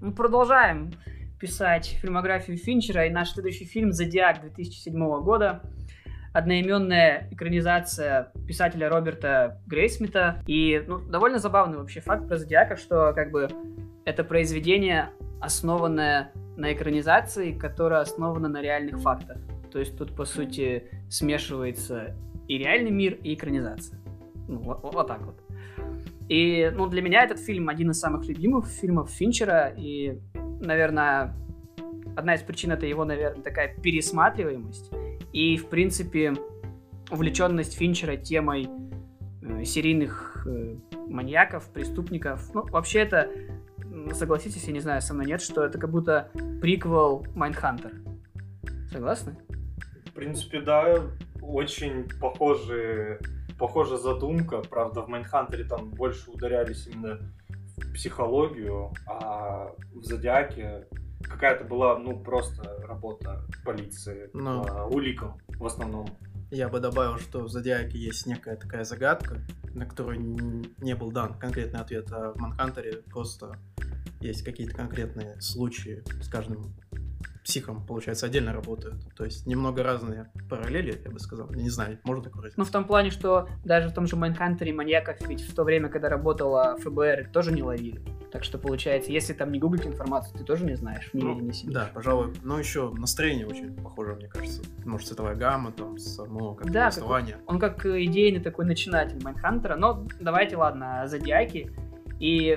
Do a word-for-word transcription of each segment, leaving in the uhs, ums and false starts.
мы продолжаем писать фильмографию Финчера, и наш следующий фильм «Зодиак» две тысячи седьмого года. Одноименная экранизация писателя Роберта Грейсмита. И ну, довольно забавный вообще факт про «Зодиака», что как бы это произведение, основанное на экранизации, которая основана на реальных фактах. То есть тут, по сути, смешивается и реальный мир, и экранизация. Ну, вот, вот так вот. И ну, для меня этот фильм один из самых любимых фильмов Финчера. И, наверное, одна из причин — это его, наверное, такая пересматриваемость. И, в принципе, увлеченность Финчера темой э, серийных э, маньяков, преступников. Ну, вообще это, согласитесь, я не знаю, со мной нет, что это как будто приквел Майндхантер. Согласны? В принципе, да, очень похожие, похожая задумка. Правда, в Майндхантере там больше ударялись именно в психологию, а в Зодиаке какая-то была, ну, просто работа полиции Но... по уликам в основном. Я бы добавил, что в «Зодиаке» есть некая такая загадка, на которую не был дан конкретный ответ, а в «Манхантере» просто есть какие-то конкретные случаи с каждым психом, получается, отдельно работают. То есть немного разные параллели, я бы сказал. Не знаю, можно так выразить? Ну, в том плане, что даже в том же Майндхантере маньяков ведь в то время, когда работала эф бэ эр, тоже не ловили. Так что, получается, если там не гуглить информацию, ты тоже не знаешь, в неведении сидишь. Да, пожалуй. Но еще настроение очень похоже, мне кажется. Может, цветовая гамма, там, само как да, повествование. Как, он как идейный такой начинатель Майндхантера. Но давайте, ладно, о Зодиаке. И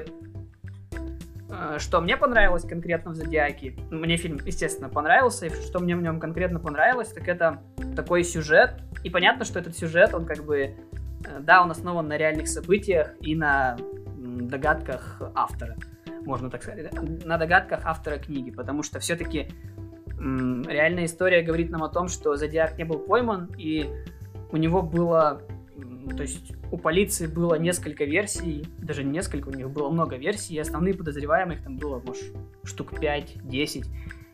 э, что мне понравилось конкретно в Зодиаке, мне фильм, естественно, понравился, и что мне в нем конкретно понравилось, так это такой сюжет. И понятно, что этот сюжет, он как бы, э, да, он основан на реальных событиях и на догадках автора, можно так сказать, на догадках автора книги, потому что все-таки м, реальная история говорит нам о том, что Зодиак не был пойман, и у него было, м, то есть у полиции было несколько версий, даже не несколько, у них было много версий, и основных подозреваемых там было, может, штук пять-десять,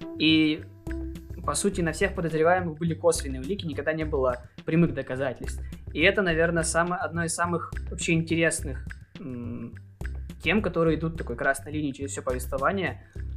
и по сути на всех подозреваемых были косвенные улики, никогда не было прямых доказательств, и это, наверное, самое, одно из самых вообще интересных м, тем, которые идут такой красной линией через все повествование.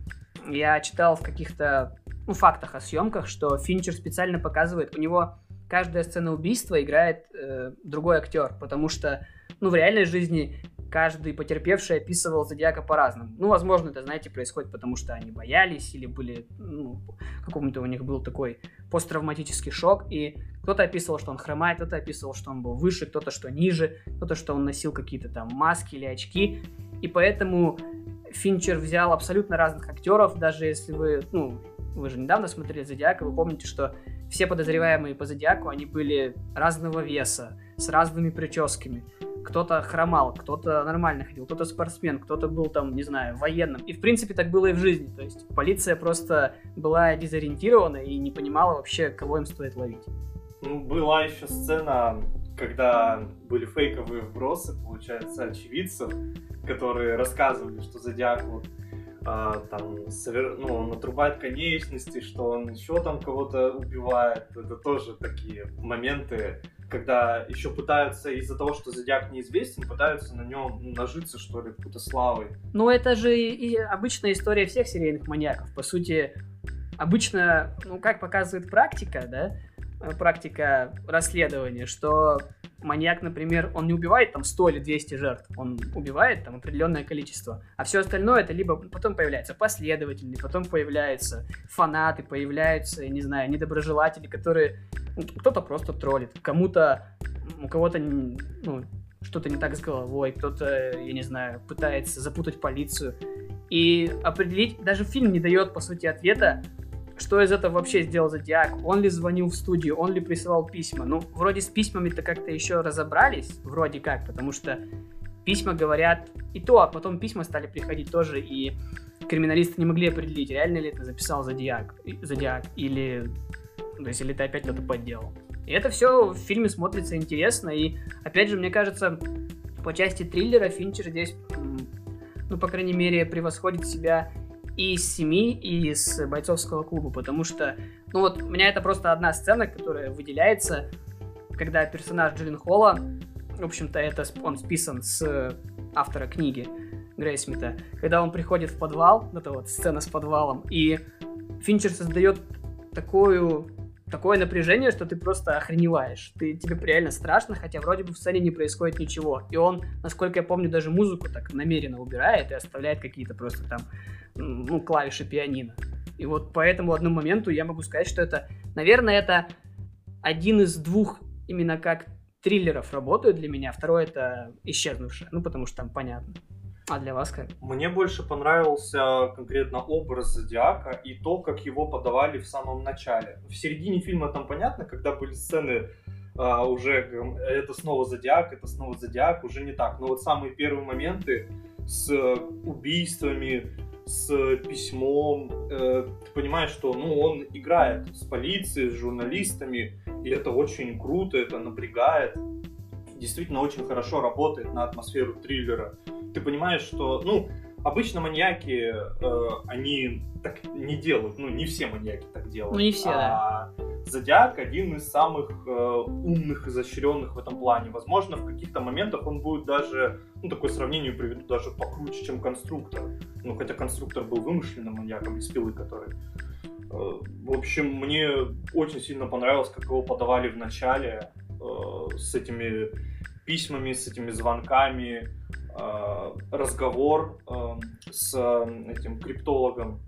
Я читал в каких-то ну, фактах о съемках, что Финчер специально показывает, у него каждая сцена убийства играет э, другой актер, потому что ну, в реальной жизни каждый потерпевший описывал Зодиака по-разному. Ну, возможно, это, знаете, происходит потому, что они боялись или были, ну, каком-то у них был такой посттравматический шок, и кто-то описывал, что он хромает, кто-то описывал, что он был выше, кто-то, что ниже, кто-то, что он носил какие-то там маски или очки. И поэтому Финчер взял абсолютно разных актеров, даже если вы, ну, вы же недавно смотрели «Зодиака», вы помните, что все подозреваемые по «Зодиаку», они были разного веса, с разными прическами. Кто-то хромал, кто-то нормально ходил, кто-то спортсмен, кто-то был там, не знаю, военным. И в принципе так было и в жизни, то есть полиция просто была дезориентирована и не понимала вообще, кого им стоит ловить. Ну, была еще сцена, когда были фейковые вбросы, получается, очевидцев, которые рассказывали, что Зодиак вот, а, там, совер... ну, он отрубает конечности, что он еще там кого-то убивает. Это тоже такие моменты, когда еще пытаются из-за того, что Зодиак неизвестен, пытаются на нем нажиться, что ли, какой-то славой. Ну, это же и обычная история всех серийных маньяков. По сути, обычно, ну, как показывает практика, да, практика расследования, что маньяк, например, он не убивает там сто или двести жертв, он убивает там определенное количество, а все остальное это либо потом появляются последователи, потом появляются фанаты, появляются, я не знаю, недоброжелатели, которые, ну, кто-то просто троллит, кому-то, у кого-то, ну, что-то не так с головой, кто-то, я не знаю, пытается запутать полицию, и определить, даже фильм не дает, по сути, ответа, что из этого вообще сделал Зодиак, он ли звонил в студию, он ли присылал письма. Ну, вроде с письмами-то как-то еще разобрались, вроде как, потому что письма говорят и то, а потом письма стали приходить тоже, и криминалисты не могли определить, реально ли это записал Зодиак, Зодиак или, то есть, или это опять кто-то подделал. И это все в фильме смотрится интересно, и, опять же, мне кажется, по части триллера Финчер здесь, ну, по крайней мере, превосходит себя и из «Семи», и из «Бойцовского клуба», потому что, ну вот, у меня это просто одна сцена, которая выделяется, когда персонаж Джилленхола, в общем-то, это он списан с автора книги, Грейсмита, когда он приходит в подвал, это вот сцена с подвалом, и Финчер создает такую, такое напряжение, что ты просто охреневаешь. Ты, тебе реально страшно, хотя вроде бы в сцене не происходит ничего. И он, насколько я помню, даже музыку так намеренно убирает и оставляет какие-то просто там, ну, клавиши пианино. И вот по этому одному моменту я могу сказать, что это, наверное, это один из двух именно как триллеров работают для меня. Второй — это «Исчезнувшая», ну, потому что там понятно. А для вас как? Мне больше понравился конкретно образ Зодиака и то, как его подавали в самом начале. В середине фильма там понятно, когда были сцены а, уже это снова Зодиак, это снова Зодиак, уже не так. Но вот самые первые моменты с убийствами, с письмом, э, ты понимаешь, что ну, он играет с полицией, с журналистами, и это очень круто, это напрягает. Действительно очень хорошо работает на атмосферу триллера. Ты понимаешь, что, ну, обычно маньяки, э, они так не делают, ну, не все маньяки так делают. Ну, не все, а да. Зодиак один из самых э, умных, изощренных в этом плане. Возможно, в каких-то моментах он будет даже, ну, такое сравнение приведу, даже покруче, чем Конструктор. Ну, хотя Конструктор был вымышленным маньяком из Пилы, который... Э, в общем, мне очень сильно понравилось, как его подавали в начале, э, с этими письмами, с этими звонками, разговор э, с этим криптологом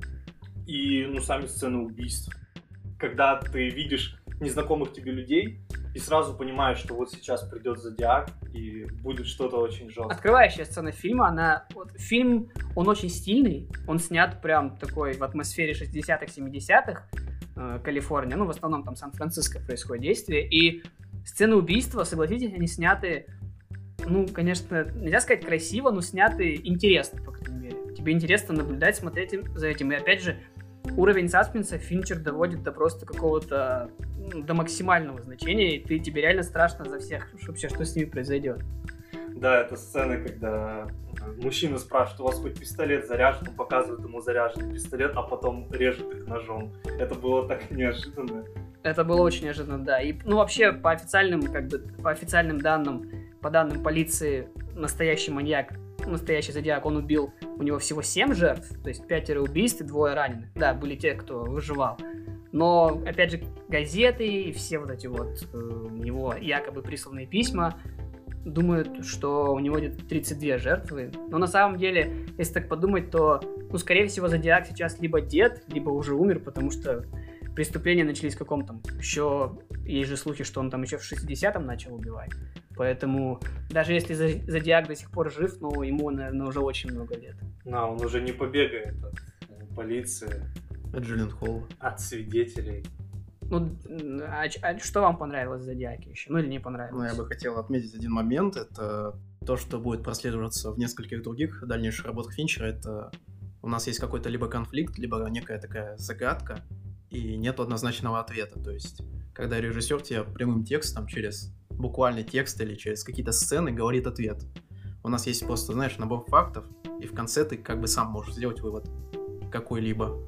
и, ну, сами сцены убийств. Когда ты видишь незнакомых тебе людей и сразу понимаешь, что вот сейчас придет Зодиак и будет что-то очень жесткое. Открывающая сцена фильма, она... Вот, фильм, он очень стильный, он снят прям такой в атмосфере шестидесятых, семидесятых, э, Калифорния, ну, в основном там Сан-Франциско происходит действие, и сцены убийства, согласитесь, они сняты, ну, конечно, нельзя сказать красиво, но сняты интересно, по крайней мере. Тебе интересно наблюдать, смотреть за этим. И опять же, уровень саспенса Финчер доводит до просто какого-то, ну, до максимального значения, и ты, тебе реально страшно за всех, что, вообще, что с ними произойдет. Да, это сцена, когда мужчина спрашивает, у вас хоть пистолет заряжен, он показывает ему заряженный пистолет, а потом режет их ножом. Это было так неожиданно. Это было очень неожиданно, да. И, ну, вообще, по официальным, как бы, по официальным данным, по данным полиции, настоящий маньяк, настоящий Зодиак, он убил, у него всего семь жертв, то есть пятеро убийств и двое раненых. Да, были те, кто выживал. Но, опять же, газеты и все вот эти вот э, его якобы присланные письма думают, что у него где-то тридцать две жертвы. Но на самом деле, если так подумать, то, ну, скорее всего, Зодиак сейчас либо дед, либо уже умер, потому что преступления начались в каком-то... Еще есть же слухи, что он там еще в шестидесятом начал убивать. Поэтому даже если Зодиак до сих пор жив, ну, ему, наверное, уже очень много лет. Да, он уже не побегает от полиции. От Джилленхола. От свидетелей. Ну, а, а что вам понравилось в Зодиаке еще? Ну, или не понравилось? Ну, я бы хотел отметить один момент. Это то, что будет прослеживаться в нескольких других дальнейших работах Финчера. Это у нас есть какой-то либо конфликт, либо некая такая загадка, и нет однозначного ответа. То есть, когда режиссер тебе прямым текстом, через буквальный текст или через какие-то сцены говорит ответ. У нас есть просто, знаешь, набор фактов, и в конце ты как бы сам можешь сделать вывод какой-либо.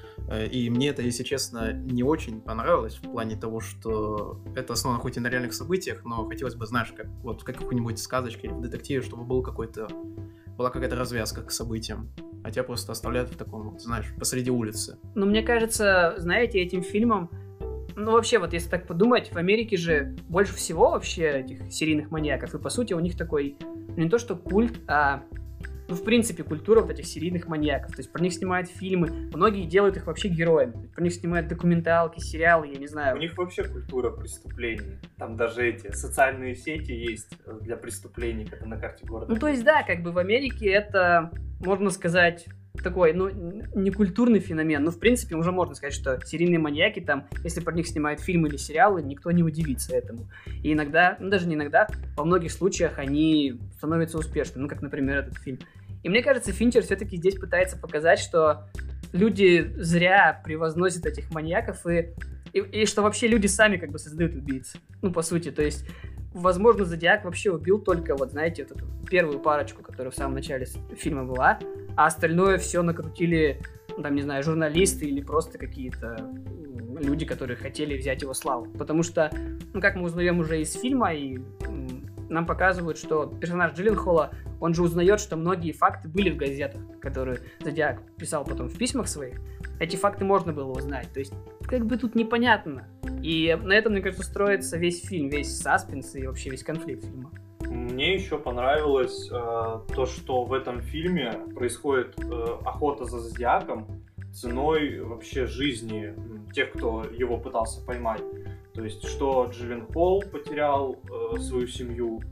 И мне это, если честно, не очень понравилось в плане того, что это основано хоть и на реальных событиях, но хотелось бы, знаешь, как вот в какой-нибудь сказочке или в детективе, чтобы был какой-то, была какая-то развязка к событиям. А тебя просто оставляют в таком, знаешь, посреди улицы. Ну, мне кажется, знаете, этим фильмом, ну, вообще, вот если так подумать, в Америке же больше всего вообще этих серийных маньяков, и, по сути, у них такой, не то что культ, а, ну, в принципе, культура вот этих серийных маньяков. То есть про них снимают фильмы, многие делают их вообще героями. Про них снимают документалки, сериалы, я не знаю. У них вообще культура преступлений. Там даже эти социальные сети есть для преступлений, как на карте города. Ну, то есть, да, как бы в Америке это, можно сказать, такой, ну, не культурный феномен, но, в принципе, уже можно сказать, что серийные маньяки, там, если про них снимают фильмы или сериалы, никто не удивится этому. И иногда, ну, даже не иногда, во многих случаях они становятся успешными, ну, как, например, этот фильм. И мне кажется, Финчер все-таки здесь пытается показать, что люди зря превозносят этих маньяков, и, и, и что вообще люди сами как бы создают убийц. Ну, по сути, то есть, возможно, Зодиак вообще убил только, вот, знаете, вот эту первую парочку, которая в самом начале фильма была, а остальное все накрутили, ну, там, не знаю, журналисты или просто какие-то люди, которые хотели взять его славу. Потому что, ну, как мы узнаем уже из фильма, и нам показывают, что персонаж Джилленхола, он же узнает, что многие факты были в газетах, которые Зодиак писал потом в письмах своих. Эти факты можно было узнать. То есть, как бы тут непонятно. И на этом, мне кажется, строится весь фильм, весь саспенс и вообще весь конфликт фильма. Мне еще понравилось э, то, что в этом фильме происходит э, охота за Зодиаком ценой вообще жизни тех, кто его пытался поймать. То есть, что Джилленхол потерял э, свою семью,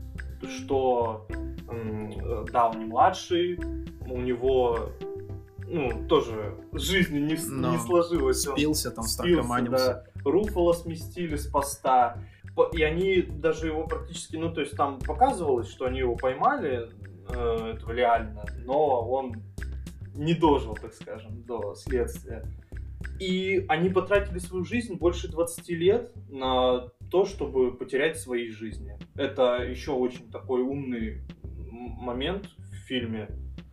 что э, Дауни-младший, у него, ну, тоже жизнь не, не сложилась. Спился, там, старкоманился. Да, Руффало сместили с поста. И они даже его практически, ну, то есть там показывалось, что они его поймали, э, это реально, но он не дожил, так скажем, до следствия. И они потратили свою жизнь больше двадцати лет на то, чтобы потерять свои жизни. Это еще очень такой умный момент в фильме,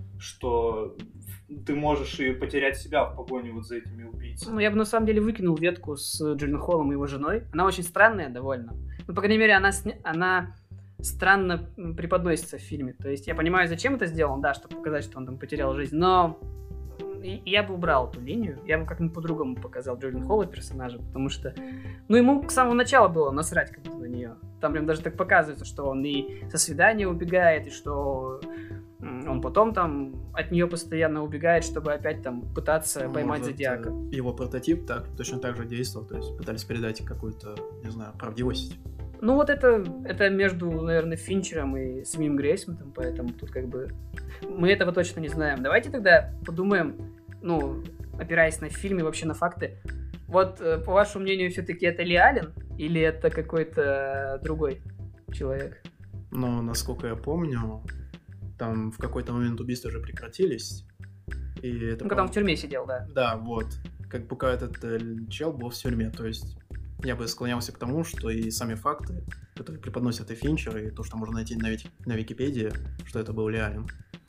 что ты можешь и потерять себя в погоне вот за этими убийцами. Ну, я бы на самом деле выкинул ветку с Джилленхолом и его женой. Она очень странная довольно. Ну, по крайней мере, она, сня... она странно преподносится в фильме. То есть я понимаю, зачем это сделано, да, чтобы показать, что он там потерял жизнь, но я бы убрал эту линию, я бы как-нибудь по-другому показал Джилленхола персонажа, потому что, ну, ему с самого начала было насрать как-то на нее. Там прям даже так показывается, что он и со свидания убегает, и что он потом там от нее постоянно убегает, чтобы опять там пытаться ну, поймать может, Зодиака. Его прототип так, точно так же действовал, то есть пытались передать какую-то, не знаю, правдивость. Ну вот это, это между, наверное, Финчером и самим Грейсмитом, поэтому тут как бы мы этого точно не знаем. Давайте тогда подумаем, ну, опираясь на фильм и вообще на факты. Вот, по вашему мнению, все-таки это Ли Аллен или это какой-то другой человек? Ну, насколько я помню, там в какой-то момент убийства уже прекратились. И это, ну, когда он в тюрьме сидел, да. Да, вот. Как пока этот э, чел был в тюрьме, то есть я бы склонялся к тому, что и сами факты, которые преподносят и Финчер, и то, что можно найти на, вики- на Википедии, что это был Ли Аллен.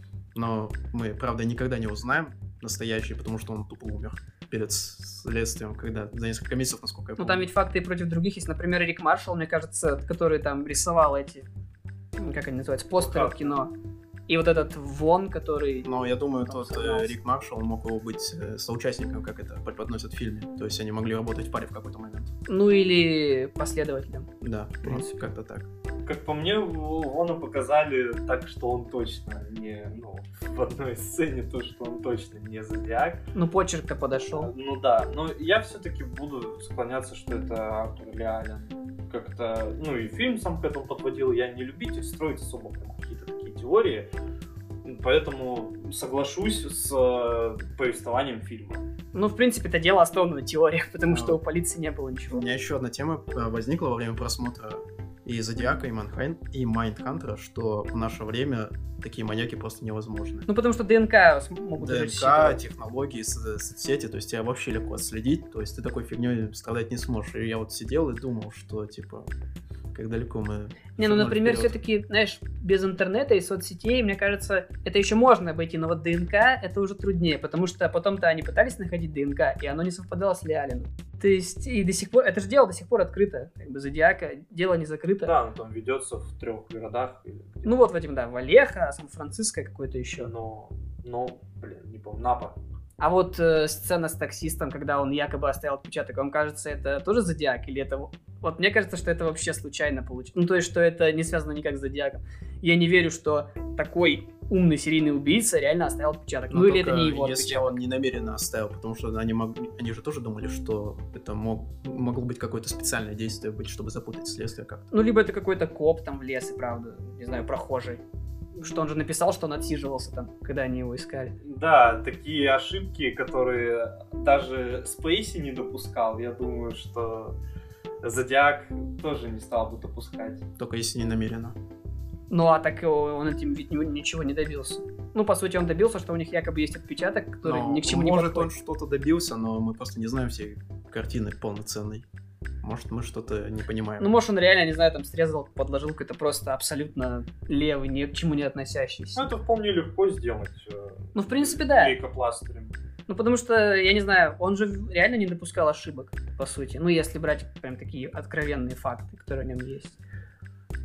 Но мы, правда, никогда не узнаем настоящий, потому что он тупо умер перед следствием, когда за несколько месяцев, насколько я помню. Ну, там ведь факты и против других есть. Например, Рик Маршалл, мне кажется, который там рисовал эти, как они называются, постеры в кино. И вот этот Вон, который... Но я думаю, тот э, Рик Маршалл мог его быть э, соучастником, как это преподносят в фильме. То есть они могли работать в паре в какой-то момент. Ну или последователем. Да, в принципе, ну, как-то так. Как по мне, Вона показали так, что он точно не... Ну, в одной сцене то, что он точно не Зодиак. Ну, почерк-то подошел. Ну да, но я все-таки буду склоняться, что это Артур Ли Аллен. Как-то... Ну и фильм сам к этому подводил. Я не любитель строить особо какие-то такие теории. Поэтому соглашусь с э, повествованием фильма. Ну, в принципе, это дело основано на теориях, потому а, что у полиции не было ничего. У меня еще одна тема возникла во время просмотра и Зодиака, и, Манхайн, и Майндхантера, что в наше время такие маньяки просто невозможны. Ну, потому что ДНК могут ДНК, технологии, соцсети, то есть тебя вообще легко отследить, то есть ты такой фигней страдать не сможешь. И я вот сидел и думал, что, типа, как далеко мы... Не, ну, например, вперед. Все-таки, знаешь, без интернета и соцсетей, мне кажется, это еще можно обойти, но вот ДНК это уже труднее, потому что потом-то они пытались находить ДНК, и оно не совпадало с Ли Алленом. То есть, и до сих пор, это же дело до сих пор открыто, как бы Зодиака, дело не закрыто. Да, он там ведется в трех городах. Или ну вот в этом, да, Валеха, Сан-Франциско какой-то еще. Но, но, блин, не помню, Напа. А вот э, сцена с таксистом, когда он якобы оставил отпечаток, вам кажется, это тоже Зодиак? Или это... Вот мне кажется, что это вообще случайно получилось. Ну, то есть, что это не связано никак с Зодиаком. Я не верю, что такой умный серийный убийца реально оставил отпечаток. Ну, ну или это не его если отпечаток. Он не намеренно оставил, потому что они, могли, они же тоже думали, что это мог, могло быть какое-то специальное действие, быть, чтобы запутать следствие как-то. Ну, либо это какой-то коп там в лес, и правда, не знаю, прохожий. Что он же написал, что он отсиживался там, когда они его искали. Да, такие ошибки, которые даже Спейси не допускал, я думаю, что Зодиак тоже не стал бы допускать. Только если не намеренно. Ну, а так он этим ведь ничего не добился. Ну, по сути, он добился, что у них якобы есть отпечаток, который но ни к чему не подходит. Может, он что-то добился, но мы просто не знаем всей картины полноценной. Может, мы что-то не понимаем. Ну, может, он реально, не знаю, там срезал, подложил какой-то просто абсолютно левый, ни к чему не относящийся. Ну, это вполне легко сделать. Ну, в принципе, да. Лейкопластырем. Ну, потому что, я не знаю, он же реально не допускал ошибок, по сути. Ну, если брать прям такие откровенные факты, которые о нем есть.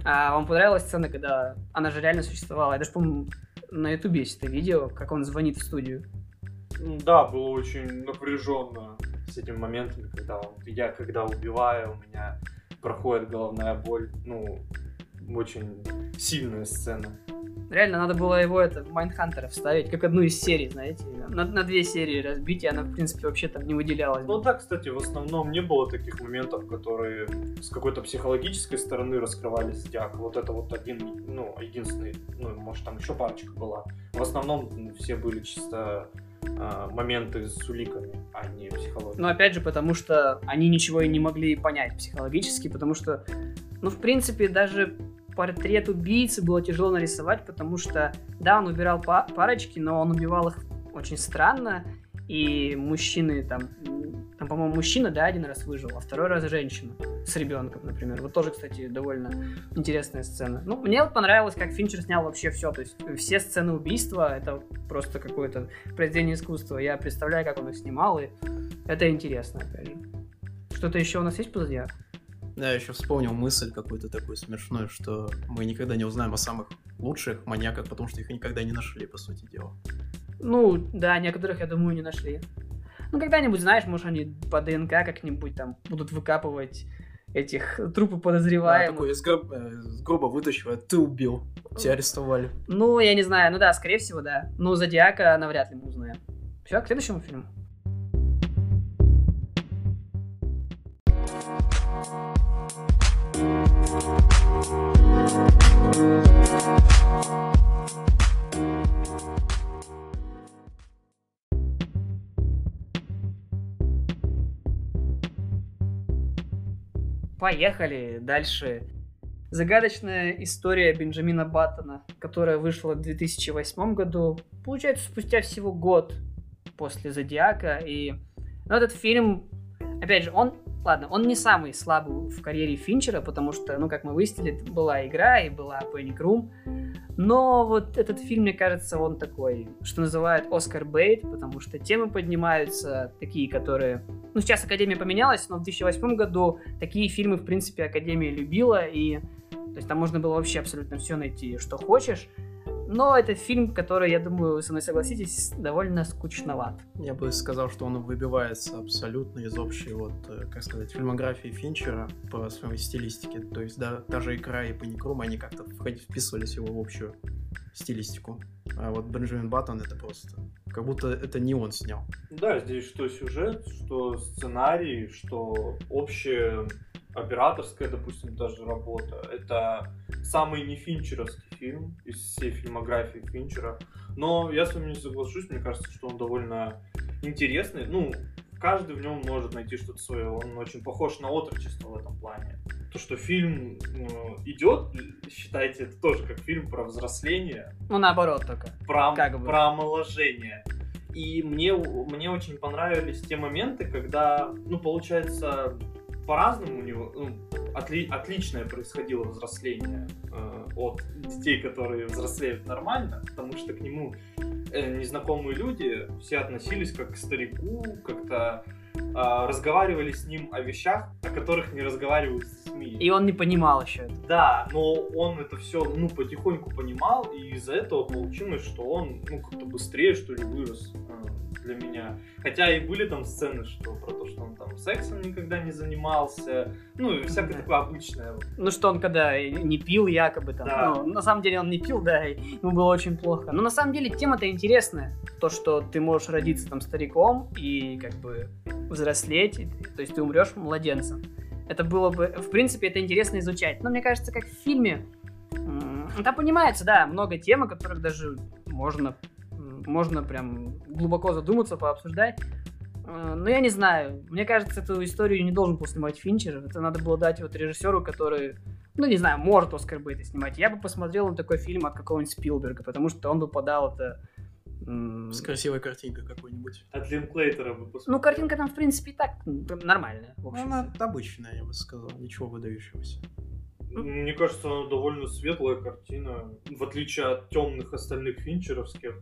А вам понравилась сцена, когда она же реально существовала? Я даже, по-моему, на ютубе есть это видео, как он звонит в студию. Да, было очень напряженно с этим моментом, когда он, я когда убиваю, у меня проходит головная боль. Ну, очень сильная сцена. Реально, надо было его это в Майндхантера вставить, как одну из серий, знаете. На, на две серии разбить, и она, в принципе, вообще там не выделялась. Ну да, кстати, в основном не было таких моментов, которые с какой-то психологической стороны раскрывались Зодиак. Вот это вот один, ну, единственный, ну, может, там еще парочка была. В основном все были чисто а, моменты с уликами, а не психологией. Но опять же, потому что они ничего и не могли понять психологически, потому что, ну, в принципе, даже портрет убийцы было тяжело нарисовать, потому что, да, он убирал па- парочки, но он убивал их очень странно, и мужчины там, там, по-моему, мужчина, да, один раз выжил, а второй раз женщина с ребенком, например. Вот тоже, кстати, довольно интересная сцена. Ну, мне вот понравилось, как Финчер снял вообще все, то есть все сцены убийства, это просто какое-то произведение искусства. Я представляю, как он их снимал, и это интересно, опять же. Что-то еще у нас есть по Зодиаку? Я еще вспомнил мысль какую-то такую смешную, что мы никогда не узнаем о самых лучших маньяках, потому что их никогда не нашли, по сути дела. Ну, да, некоторых, я думаю, не нашли. Ну, когда-нибудь, знаешь, может, они по ДНК как-нибудь там будут выкапывать этих трупы Да, подозреваемых. такой из гроб- э, грубо вытащивая, ты убил, тебя арестовали. Ну, я не знаю, ну да, скорее всего, да. Но Зодиака навряд ли мы узнаем. Все, к следующему фильму. Поехали дальше. Загадочная история Бенджамина Баттона, которая вышла в две тысячи восьмом году. Получается, спустя всего год после Зодиака. И ну, этот фильм, опять же, он, ладно, он не самый слабый в карьере Финчера, потому что, ну, как мы выяснили, была игра и была Panic Room. Но вот этот фильм, мне кажется, он такой, что называют Оскар бейт, потому что темы поднимаются такие, которые... Ну, сейчас Академия поменялась, но в две тысячи восьмом году такие фильмы, в принципе, Академия любила, и то есть там можно было вообще абсолютно все найти, что хочешь. Но это фильм, который, я думаю, вы со мной согласитесь, довольно скучноват. Я бы сказал, что он выбивается абсолютно из общей, вот, э, как сказать, фильмографии Финчера по своей стилистике. То есть да, даже «Игра» и «Panic Room», они как-то входи- вписывались в его общую стилистику. А вот Бенджамин Баттон — это просто... Как будто это не он снял. Да, здесь что сюжет, что сценарий, что общая операторская, допустим, даже работа. Это самый не финчеровский фильм из всей фильмографии Финчера. Но я с вами не соглашусь, мне кажется, что он довольно интересный. Ну, каждый в нем может найти что-то свое. Он очень похож на «Отрочество» в этом плане. То, что фильм ну, идет, считайте, это тоже как фильм про взросление. Ну, наоборот только. Про, Как бы. про омоложение. И мне, мне очень понравились те моменты, когда, ну, получается, по-разному у него ну, отли, отличное происходило взросление э, от детей, которые взрослеют нормально, потому что к нему э, незнакомые люди все относились как к старику, как-то э, разговаривали с ним о вещах, о которых не разговаривают с детьми. И он не понимал еще это. Да, но он это все, ну, потихоньку понимал, и из-за этого получилось, что он, ну, как-то быстрее, что ли, вырос э, для меня. Хотя и были там сцены, что про то, что он там сексом никогда не занимался, ну, и всякое такое обычное. Ну что он когда не пил якобы там. Да. Ну, на самом деле он не пил, да, и ему было очень плохо. Но на самом деле тема-то интересная. То, что ты можешь родиться там стариком и как бы взрослеть, и, то есть ты умрешь младенцем. Это было бы, в принципе, это интересно изучать. Но мне кажется, как в фильме, м- там понимается, да, много тем, о которых даже можно, м, можно прям глубоко задуматься, пообсуждать. Э, Но я не знаю, мне кажется, эту историю не должен был снимать Финчер. Это надо было дать вот режиссеру, который, ну не знаю, может Оскар бейт снимать. Я бы посмотрел на такой фильм от какого-нибудь Спилберга, потому что он бы подал это... м, С красивой картинкой какой-нибудь. От Линклейтера бы посмотрел. Ну, картинка там, в принципе, и так м, нормальная. В Ну, общем. она обычная, я бы сказал, ничего выдающегося. Мне кажется, она довольно светлая картина. В отличие от темных остальных финчеровских,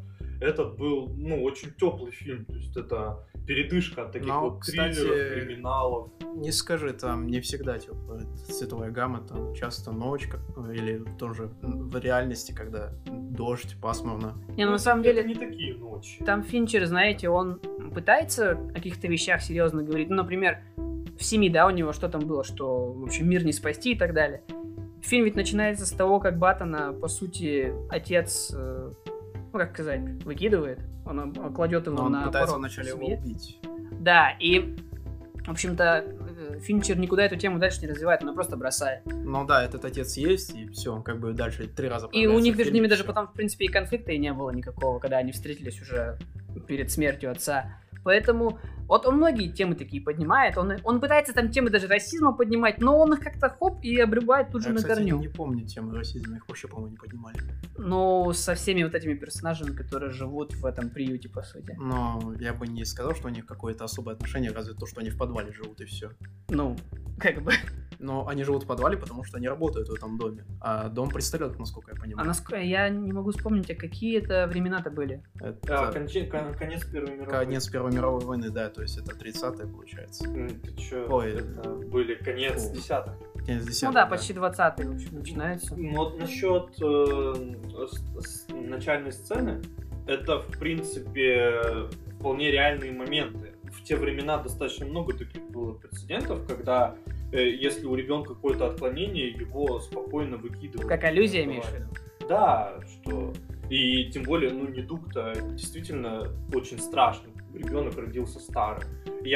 этот был, ну, очень теплый фильм. То есть это передышка от таких Но, вот кстати, триллеров, криминалов. Не скажи, там не всегда теплая цветовая гамма, там часто ночь, как, или тоже в реальности, когда дождь, пасмурно. Не, ну на самом Это деле, не такие ночи. там Финчер, знаете, он пытается о каких-то вещах серьезно говорить. Ну, например, в «Семи», да, у него что там было, что, в общем, мир не спасти и так далее. Фильм ведь начинается с того, как Баттона, по сути, отец, э, ну, как сказать, выкидывает. Он, он кладет его Но он на пытается порог вначале его семьи. убить. Да, и, в общем-то, э, Финчер никуда эту тему дальше не развивает, он ее просто бросает. Ну да, этот отец есть, и все, он как бы дальше три раза И у них появляется в между фильме, ними и даже всё. потом, в принципе, и конфликта и не было никакого, когда они встретились уже перед смертью отца. Поэтому вот он многие темы такие поднимает, он, он пытается там темы даже расизма поднимать, но он их как-то хоп и обрубает тут же Я, на кстати, корню. не помню темы расизма, их вообще, по-моему, не поднимали. Ну, со всеми вот этими персонажами, которые живут в этом приюте, по сути. Но я бы не сказал, что у них какое-то особое отношение, разве то, что они в подвале живут, и все. Ну, как бы. Но они живут в подвале, потому что они работают в этом доме. А дом престарелых, насколько я А понимаю. насколько я не могу вспомнить, а какие это времена-то были. Это А, кончи- кон- конец Первой мировой. конец Первой мировой войны, да, то есть это тридцатые, получается. М, Ты чё? Ой. Это были конец Фу. десятых. Конец десятых, Ну да, почти двадцатые, в общем, начинается. Ну, вот насчет э, с- с- начальной сцены, это, в принципе, вполне реальные моменты. В те времена достаточно много таких было прецедентов, когда э, если у ребенка какое-то отклонение, его спокойно выкидывают. Как аллюзия имеешь в виду? Да, что... И тем более, ну, недуг-то действительно очень страшный. Ребенок родился старым.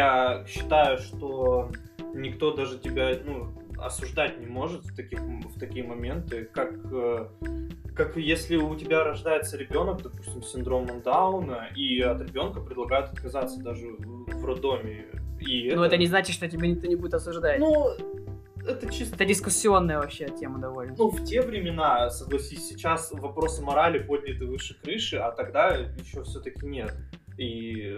Я считаю, что никто даже тебя, ну, осуждать не может в, таких, в такие моменты, как, э, как если у тебя рождается ребенок, допустим, с синдромом Дауна, и от ребенка предлагают отказаться даже в, в роддоме. И Но это не значит, что тебя никто не будет осуждать. Ну, это чисто... Это дискуссионная вообще тема довольно. Ну, в те времена, согласись, сейчас вопросы морали подняты выше крыши, а тогда еще все-таки нет. И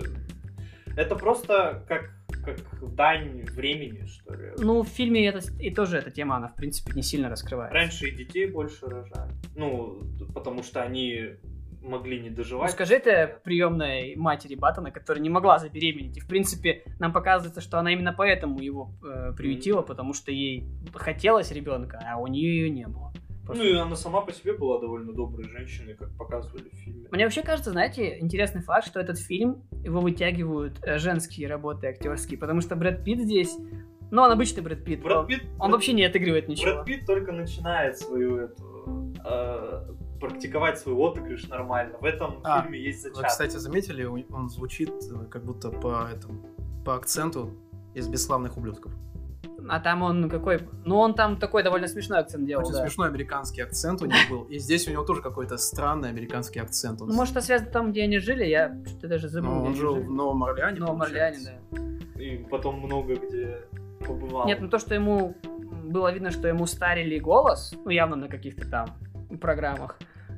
это просто как, как дань времени, что ли. Ну, в фильме это, и тоже эта тема, она, в принципе, не сильно раскрывается. Раньше и детей больше рожали. Ну, потому что они могли не Ну, доживать. скажи это приемной матери Баттона, которая не могла забеременеть. И, в принципе, нам показывается, что она именно поэтому его э, приютила, потому что ей хотелось ребенка, а у нее ее не было. Ну, и она сама по себе была довольно доброй женщиной, как показывали в фильме. Мне вообще кажется, знаете, интересный факт, что этот фильм, его вытягивают э, женские работы актерские, потому что Брэд Питт здесь, ну, он обычный Брэд Питт, Брэд он, Питт, он вообще не отыгрывает ничего. Брэд Питт только начинает свою эту... э, практиковать свой отыгрыш нормально. В этом А, фильме есть Вы, зачаток. кстати, заметили, у- он звучит э, как будто по этому, по акценту из «Бесславных ублюдков». А там он какой... Ну, он там такой довольно смешной акцент делал, Очень да. смешной американский акцент у него был. И здесь у него тоже какой-то странный американский акцент. Он Ну, может, это связано там, где они жили, я что-то даже забыл, Ну, где он они жил жили. в Новом Орлеане. В Новом Орлеане, получается. да. И потом много где побывал. Нет, ну то, что ему было видно, что ему старили голос, ну явно на каких-то там программах.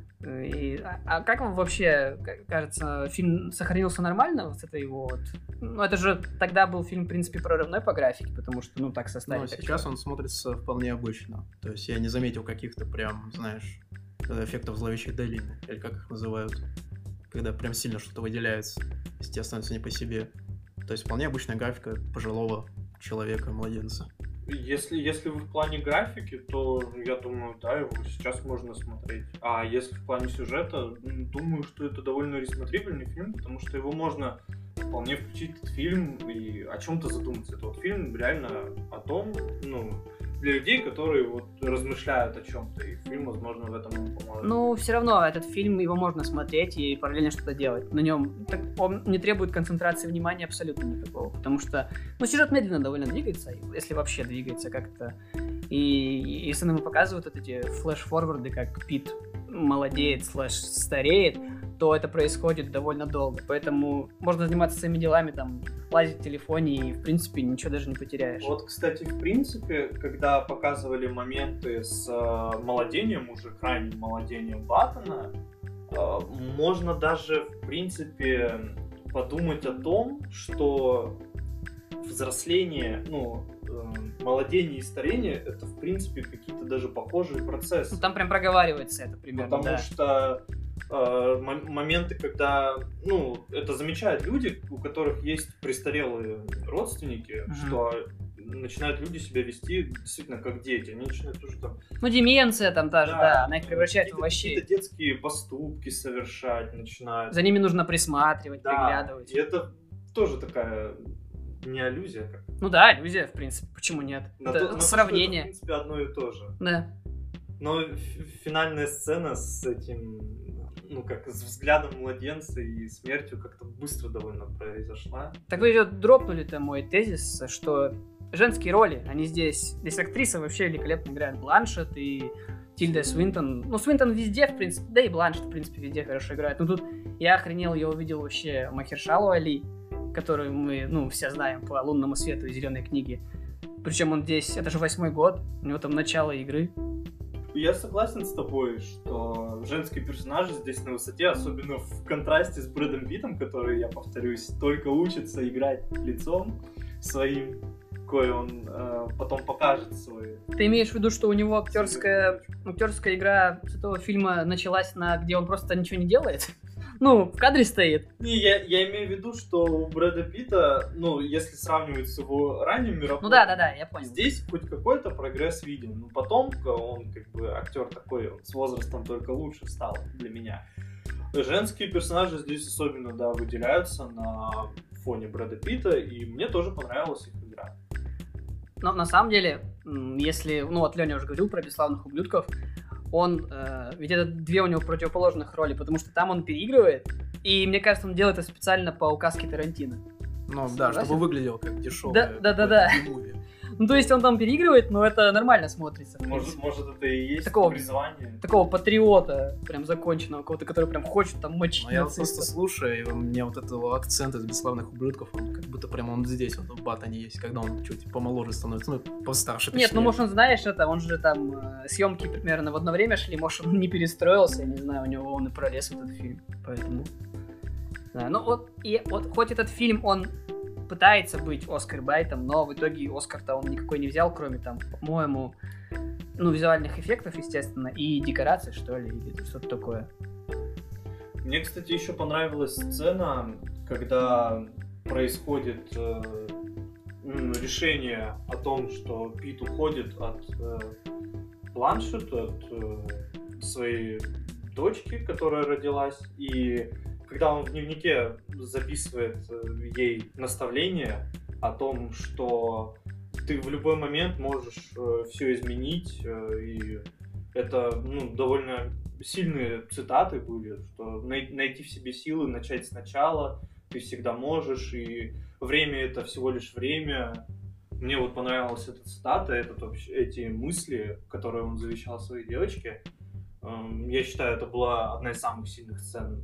И, а, а как вам вообще к- кажется, фильм сохранился нормально вот с этой его вот? Ну это же тогда был фильм, в принципе, прорывной по графике, потому что, ну так составили. Но так сейчас что- он смотрится вполне обычно. То есть я не заметил каких-то прям, знаешь, эффектов зловещей долины, или как их называют, когда прям сильно что-то выделяется, если тебе становится не по себе. То есть вполне обычная графика пожилого человека, младенца. Если, если вы в плане графики, то я думаю, да, его сейчас можно смотреть. А если в плане сюжета, м, думаю, что это довольно ресмотрибельный фильм, потому что его можно вполне включить этот фильм и о чем-то задуматься. Это вот фильм реально о том, ну, для людей, которые вот размышляют о чем-то, и фильм, возможно, в этом им поможет. Ну, все равно этот фильм, его можно смотреть и параллельно что-то делать. На нем так, он не требует концентрации внимания абсолютно никакого, потому что, ну, сюжет медленно довольно двигается, если вообще двигается как-то. И если нам показывают вот эти флэш-форварды, как Пит молодеет, слэш стареет, то это происходит довольно долго. Поэтому можно заниматься своими делами, там, лазить в телефоне и, в принципе, ничего даже не потеряешь. Вот, кстати, в принципе, когда показывали моменты с э, молодением, уже крайним молодением Баттона, э, можно даже, в принципе, подумать о том, что взросление, ну, э, молодение и старение — это, в принципе, какие-то даже похожие процессы. Ну, там прям проговаривается это примерно, Потому да. что э, м- моменты, когда, ну, это замечают люди, у которых есть престарелые родственники, Мгм. что начинают люди себя вести действительно как дети. Они начинают уже там... Ну, деменция там та же, да, она их превращает в какие-то- овощей. Какие-то детские поступки совершать начинают. За ними нужно присматривать, Да, приглядывать. и это тоже такая не аллюзия, как Ну да, иллюзия, в принципе, почему нет? на это то- на то, что сравнение. это, в принципе, одно и то же. Да. Но ф- финальная сцена с этим, ну, как с взглядом младенца и смертью как-то быстро довольно произошла. Так вы же дропнули-то мой тезис, что женские роли, они здесь... Здесь актрисы вообще великолепно играют. Бланшетт и Тильда Свинтон. Ну, Свинтон везде, в принципе, да и Бланшетт, в принципе, везде хорошо играет. Но тут я охренел, я увидел вообще Махершалу Али, которую мы, ну, все знаем по «Лунному свету» и «Зеленой книге». Причем он здесь, это же восьмой год, у него там начало игры. Я согласен с тобой, что женские персонажи здесь на высоте, особенно в контрасте с Брэдом Питтом, который, я повторюсь, только учится играть лицом своим, кое он э, потом покажет свой. Ты имеешь в виду, что у него актерская, актерская игра с этого фильма началась на где он просто ничего не делает? Ну, в кадре стоит. Не, я, я имею в виду, что у Брэда Питта, ну, если сравнивать с его ранним мировым, Ну да, да, да, я понял. здесь хоть какой-то прогресс виден. Но потом он как бы актер такой, он с возрастом только лучше стал для меня. Женские персонажи здесь особенно, да, выделяются на фоне Брэда Питта, и мне тоже понравилась их игра. Но на самом деле, м, если, ну вот Леня уже говорил про «Бесславных ублюдков», он, э, ведь это две у него противоположных роли, потому что там он переигрывает, и мне кажется, он делает это специально по указке Тарантино. Ну да, Согласен? чтобы выглядел как дешевый. Да, да, да, да. Ну то есть он там переигрывает, но это нормально смотрится. в Может, принципе. может это и есть Такого- призвание? Такого патриота, прям законченного, кого-то, который прям хочет там мочить Но я вот просто нацистов. слушаю, и у меня вот этого акцента из «Бесславных ублюдков», он как будто прям он здесь, вот в Баттоне есть, когда он чуть помоложе становится, ну, постарше. Нет, ну точнее. может он, знаешь, это, он же там э, съемки примерно в одно время шли, может он не перестроился, я не знаю, у него он и пролез в этот фильм, поэтому... Да, ну вот, и вот хоть этот фильм, он пытается быть Оскар Байтом, но в итоге Оскар-то он никакой не взял, кроме там, по-моему, ну, визуальных эффектов, естественно, и декораций, что ли, или что-то такое. Мне, кстати, еще понравилась сцена, когда происходит э, м, решение о том, что Пит уходит от э, Бланшетт, от э, своей дочки, которая родилась, и когда он в дневнике записывает э, ей наставление о том, что ты в любой момент можешь э, все изменить, э, и это, ну, довольно сильные цитаты были, что най- найти в себе силы, начать сначала, ты всегда можешь, и время — это всего лишь время. Мне вот понравилась эта цитата, этот, вообще, эти мысли, которые он завещал своей девочке. Эм, Я считаю, это была одна из самых сильных сцен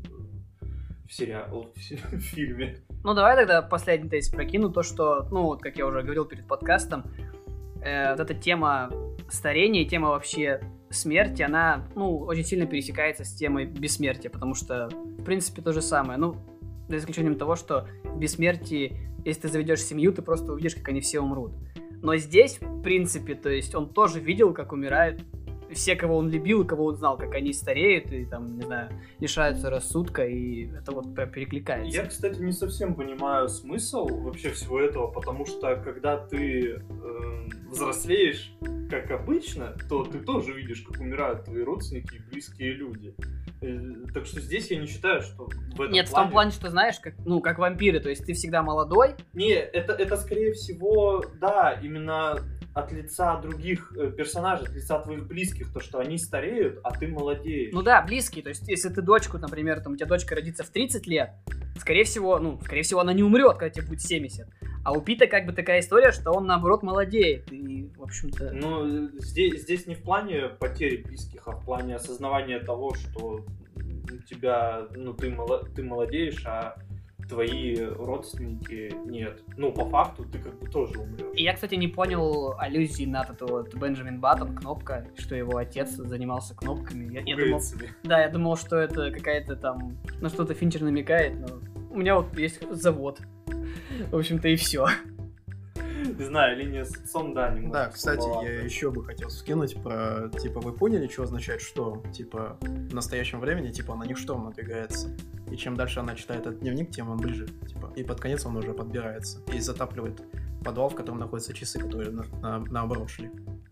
в сериале, в фильме. Ну, давай тогда последний тезис прокину, то, что, ну, вот, как я уже говорил перед подкастом, э, вот эта тема старения, тема вообще смерти, она, ну, очень сильно пересекается с темой бессмертия, потому что, в принципе, то же самое. Ну, за исключением того, что в бессмертии, если ты заведешь семью, ты просто увидишь, как они все умрут. Но здесь, в принципе, то есть он тоже видел, как умирают все, кого он любил, кого он знал, как они стареют и, там, не знаю, лишаются рассудка, и это вот прям перекликается. Я, кстати, не совсем понимаю смысл вообще всего этого, потому что когда ты э, взрослеешь, как обычно, то ты тоже видишь, как умирают твои родственники и близкие люди. Э, так что здесь я не считаю, что в этом Нет, плане... в том плане, что, знаешь, как, ну, как вампиры, то есть ты всегда молодой. Не, это, это скорее всего, да, именно от лица других э, персонажей, от лица твоих близких, то, что они стареют, а ты молодеешь. Ну да, близкие, то есть если ты дочку, например, там, у тебя дочка родится в тридцать лет, скорее всего, ну, скорее всего, она не умрет, когда тебе будет семьдесят. А у Пита как бы такая история, что он, наоборот, молодеет. И, в общем-то... Ну, здесь, здесь не в плане потери близких, а в плане осознавания того, что у тебя, ну, ты, моло, ты молодеешь, а твои родственники нет. Ну, по факту, ты как бы тоже умрешь. И я, кстати, не понял аллюзии на этот вот Бенджамин Баттон, кнопка, что его отец занимался кнопками. Я, я думал, да, я думал, что это какая-то там, на что-то Финчер намекает, но у меня вот есть завод. В общем-то, и все. Не знаю, линия с отцом, да, немного. Да, кстати, слабовато. я еще бы хотел скинуть про, типа, вы поняли, что означает шторм? Типа, в настоящем времени, типа, на них шторм надвигается. И чем дальше она читает этот дневник, тем он ближе, типа, и под конец он уже подбирается. И затапливает подвал, в котором находятся часы, которые на, на- наоборот шли.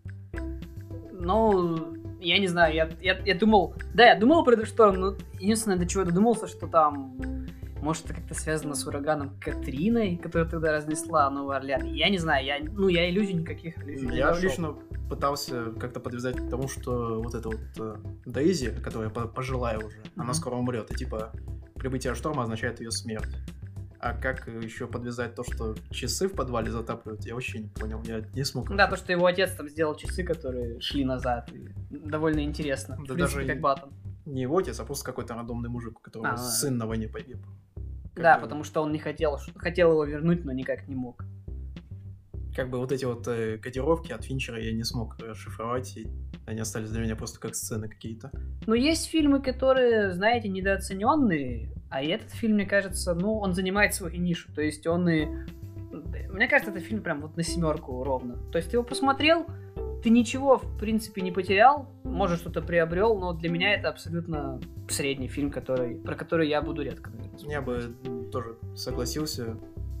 Ну, я не знаю, я, я, я думал... Да, я думал про этот шторм, но единственное, до чего я додумался, что там... Может, это как-то связано с ураганом Катриной, которая тогда разнесла Новый Орлеан. Я не знаю, я, ну, я иллюзий никаких иллюзий не Я нашел. лично пытался как-то подвязать к тому, что вот эта вот э, Дейзи, которая по- пожилая уже, она Мгм. скоро умрет, и типа прибытие шторма означает ее смерть. А как еще подвязать то, что часы в подвале затапливают, я вообще не понял, я не смог. Да, то, что его отец там сделал часы, которые шли назад. И довольно интересно. Да В принципе, даже как и- Баттон. Не его отец, а просто какой-то рандомный мужик, у которого А, сын на войне погиб. Как Да, бы- потому что он не хотел, ш- хотел его вернуть, но никак не мог. Как бы вот эти вот э, кодировки от Финчера я не смог расшифровать, и они остались для меня просто как сцены какие-то. Но есть фильмы, которые, знаете, недооцененные, а и этот фильм, мне кажется, ну, он занимает свою нишу. То есть он и... Мне кажется, этот фильм прям вот на семерку ровно. То есть ты его посмотрел, ты ничего, в принципе, не потерял, может, что-то приобрел, но для меня это абсолютно средний фильм, который, про который я буду редко, наверное, Я бы м, тоже согласился,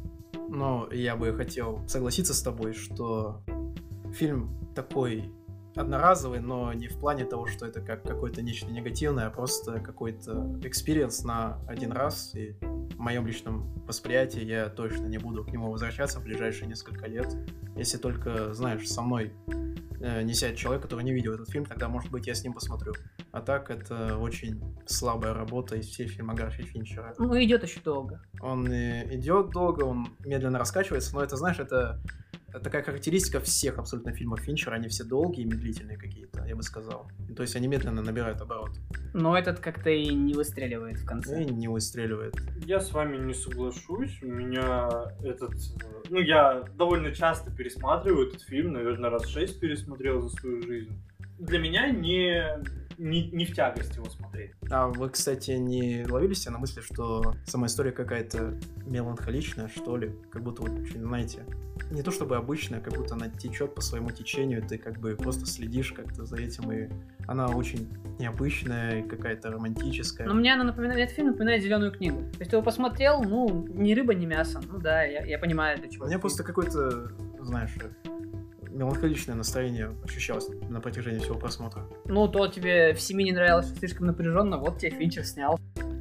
но я бы хотел согласиться с тобой, что фильм такой одноразовый, но не в плане того, что это как какое-то нечто негативное, а просто какой-то экспириенс на один раз, и в моем личном восприятии я точно не буду к нему возвращаться в ближайшие несколько лет. Если только, знаешь, со мной э, не сядет человек, который не видел этот фильм, тогда, может быть, я с ним посмотрю. А так, это очень слабая работа из всей фильмографии Финчера. Ну, идет еще долго. Он э, идет долго, он медленно раскачивается, но это, знаешь, это такая характеристика всех абсолютно фильмов Финчера, они все долгие и медлительные какие-то, я бы сказал. И то есть они медленно набирают оборот. Но этот как-то и не выстреливает в конце. И не выстреливает. Я с вами не соглашусь. У меня этот... э, Ну, я довольно часто пересматриваю этот фильм, наверное, раз шесть пересмотрел за свою жизнь. Для меня не, не, не в тягость его смотреть. А вы, кстати, не ловили себя на мысли, что сама история какая-то меланхоличная, что ли? Как будто вот, очень, знаете, не то чтобы обычная, как будто она течет по своему течению, ты как бы просто следишь как-то за этим, и она очень необычная, и какая-то романтическая. Но мне она напоминает, этот фильм напоминает «Зеленую книгу». То есть ты его посмотрел, ну, ни рыба, ни мясо. Ну да, я, я понимаю, для чего. У меня это просто фильм. какое-то, знаешь, меланхоличное настроение ощущалось на протяжении всего просмотра. Ну, то тебе в «Семи» не нравилось, что слишком напряженно, вот тебе Финчер снял.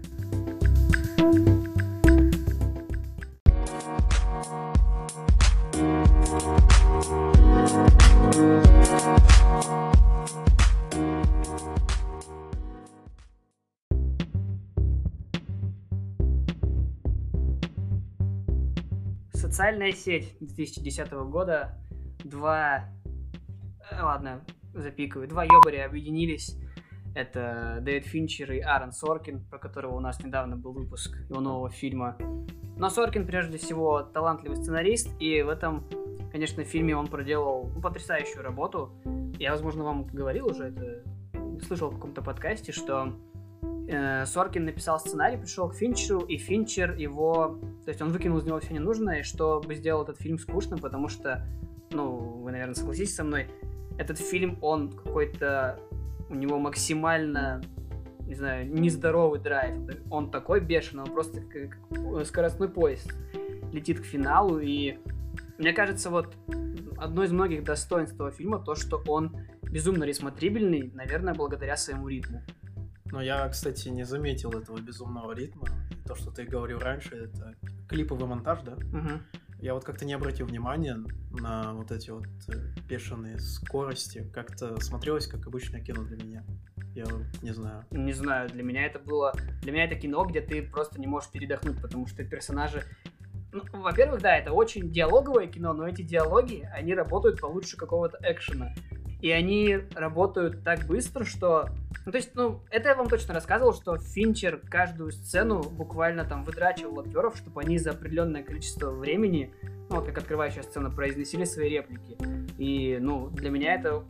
Социальная сеть две тысячи десятого года. Два... э, Ладно, запикаю. Два ёбаря объединились. Это Дэвид Финчер и Аарон Соркин, про которого у нас недавно был выпуск его нового фильма. Но Соркин, прежде всего, талантливый сценарист, и в этом, конечно, фильме он проделал ну, потрясающую работу. Я, возможно, вам говорил уже, это слышал в каком-то подкасте, что э, Соркин написал сценарий, пришел к Финчеру, и Финчер его... То есть он выкинул из него все ненужное, чтобы сделал этот фильм скучным, потому что, ну, вы, наверное, согласитесь со мной, этот фильм, он какой-то... У него максимально, не знаю, нездоровый драйв. Он такой бешеный, он просто как скоростной поезд летит к финалу. И мне кажется, вот одно из многих достоинств этого фильма то, что он безумно ресмотрибельный, наверное, благодаря своему ритму. Но я, кстати, не заметил этого безумного ритма. То, что ты говорил раньше, это клиповый монтаж, да? Угу. Я вот как-то не обратил внимания на вот эти вот э, бешеные скорости. Как-то смотрелось как обычное кино для меня. Я не знаю. Не знаю, для меня это было... Для меня это кино, где ты просто не можешь передохнуть, потому что персонажи... Ну, во-первых, да, это очень диалоговое кино, но эти диалоги, они работают получше какого-то экшена. И они работают так быстро, что... Ну, то есть, ну, это я вам точно рассказывал, что Финчер каждую сцену буквально там выдрачивал актеров, чтобы они за определенное количество времени, ну, вот как открывающая сцена, произносили свои реплики. И, ну, для меня это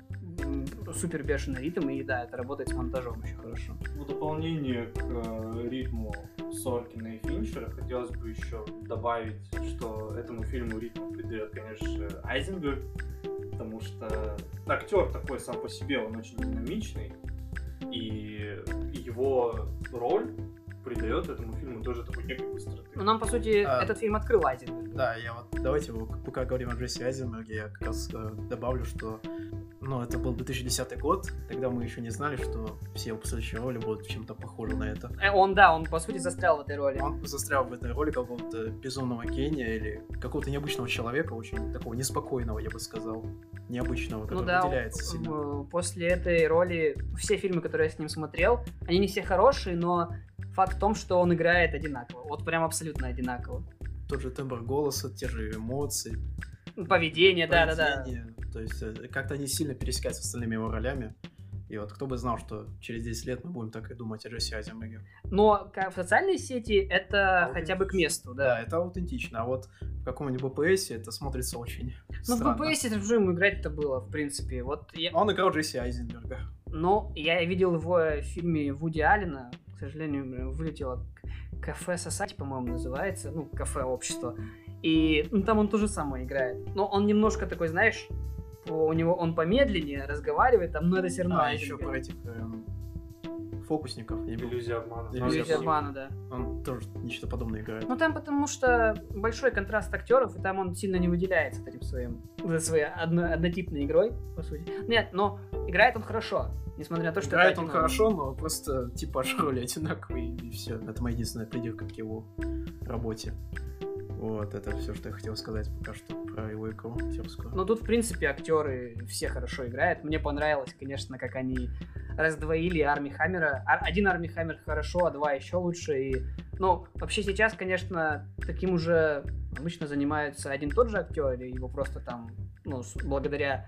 супер бешеный ритм, и да, это работает с монтажом очень хорошо. В дополнение к э, ритму Соркина и Финчера хотелось бы еще добавить, что этому фильму ритм придает, конечно же, Айзенберг, потому что актер такой сам по себе, он очень динамичный, и его роль придает этому фильму тоже такой некой быстроты. Ну, нам, по сути, А, этот фильм открыл Айзенберг. Да, я вот, давайте, пока говорим о Джесси Айзенберге, я как раз э, добавлю, что, ну, это был две тысячи десятый год, тогда мы еще не знали, что все его последующие роли будут чем-то похожи на это. Э, Он, да, он, по сути, застрял в этой роли. Он застрял в этой роли какого-то безумного гения или какого-то необычного человека, очень такого неспокойного, я бы сказал, необычного, который Ну да, выделяется сильно. в- после этой роли все фильмы, которые я с ним смотрел, они не все хорошие, но факт в том, что он играет одинаково. Вот прям абсолютно одинаково. Тот же тембр голоса, те же эмоции, Поведение, да-да-да. поведение. То есть э, как-то они сильно пересекаются с остальными его ролями. И вот кто бы знал, что через десять лет мы будем так и думать о Джесси Айзенберге. Но как в социальной сети это А вот хотя бы к месту, Да, да. это аутентично. А вот в каком-нибудь бэ пэ эсе это смотрится очень Ну, в странно. бэ пэ эсе что ему играть-то было, в принципе. Вот я... Он играл Джесси Айзенберга. Ну, я видел его в фильме Вуди Аллена. К сожалению, вылетело к- «Кафе Сосать», по-моему, называется. Ну, «Кафе Общество». И ну, там он то же самое играет. Но он немножко такой, знаешь, по- у него он помедленнее разговаривает, там, но это все равно А, еще Айзенберг. про этих эм, фокусников. Я не был- Иллюзия обмана. Иллюзия Иллюзия обмана, да. Он тоже нечто подобное играет. Ну, там потому что большой контраст актеров, и там он сильно не выделяется этим своим, вот своей одно- однотипной игрой, по сути. Нет, но играет он хорошо, несмотря на то, что... Играет это он одинаково. хорошо, но просто типаж роли одинаковый, и все. Это моя единственная придирка к его работе. Вот, это все, что я хотел сказать пока что про его игру актерскую. Но тут, в принципе, актеры все хорошо играют. Мне понравилось, конечно, как они раздвоили Арми Хаммера. Ар- Один Арми Хаммер хорошо, а два еще лучше. И... Ну, вообще сейчас, конечно, таким уже обычно занимается один тот же актер, или его просто там, ну, с- благодаря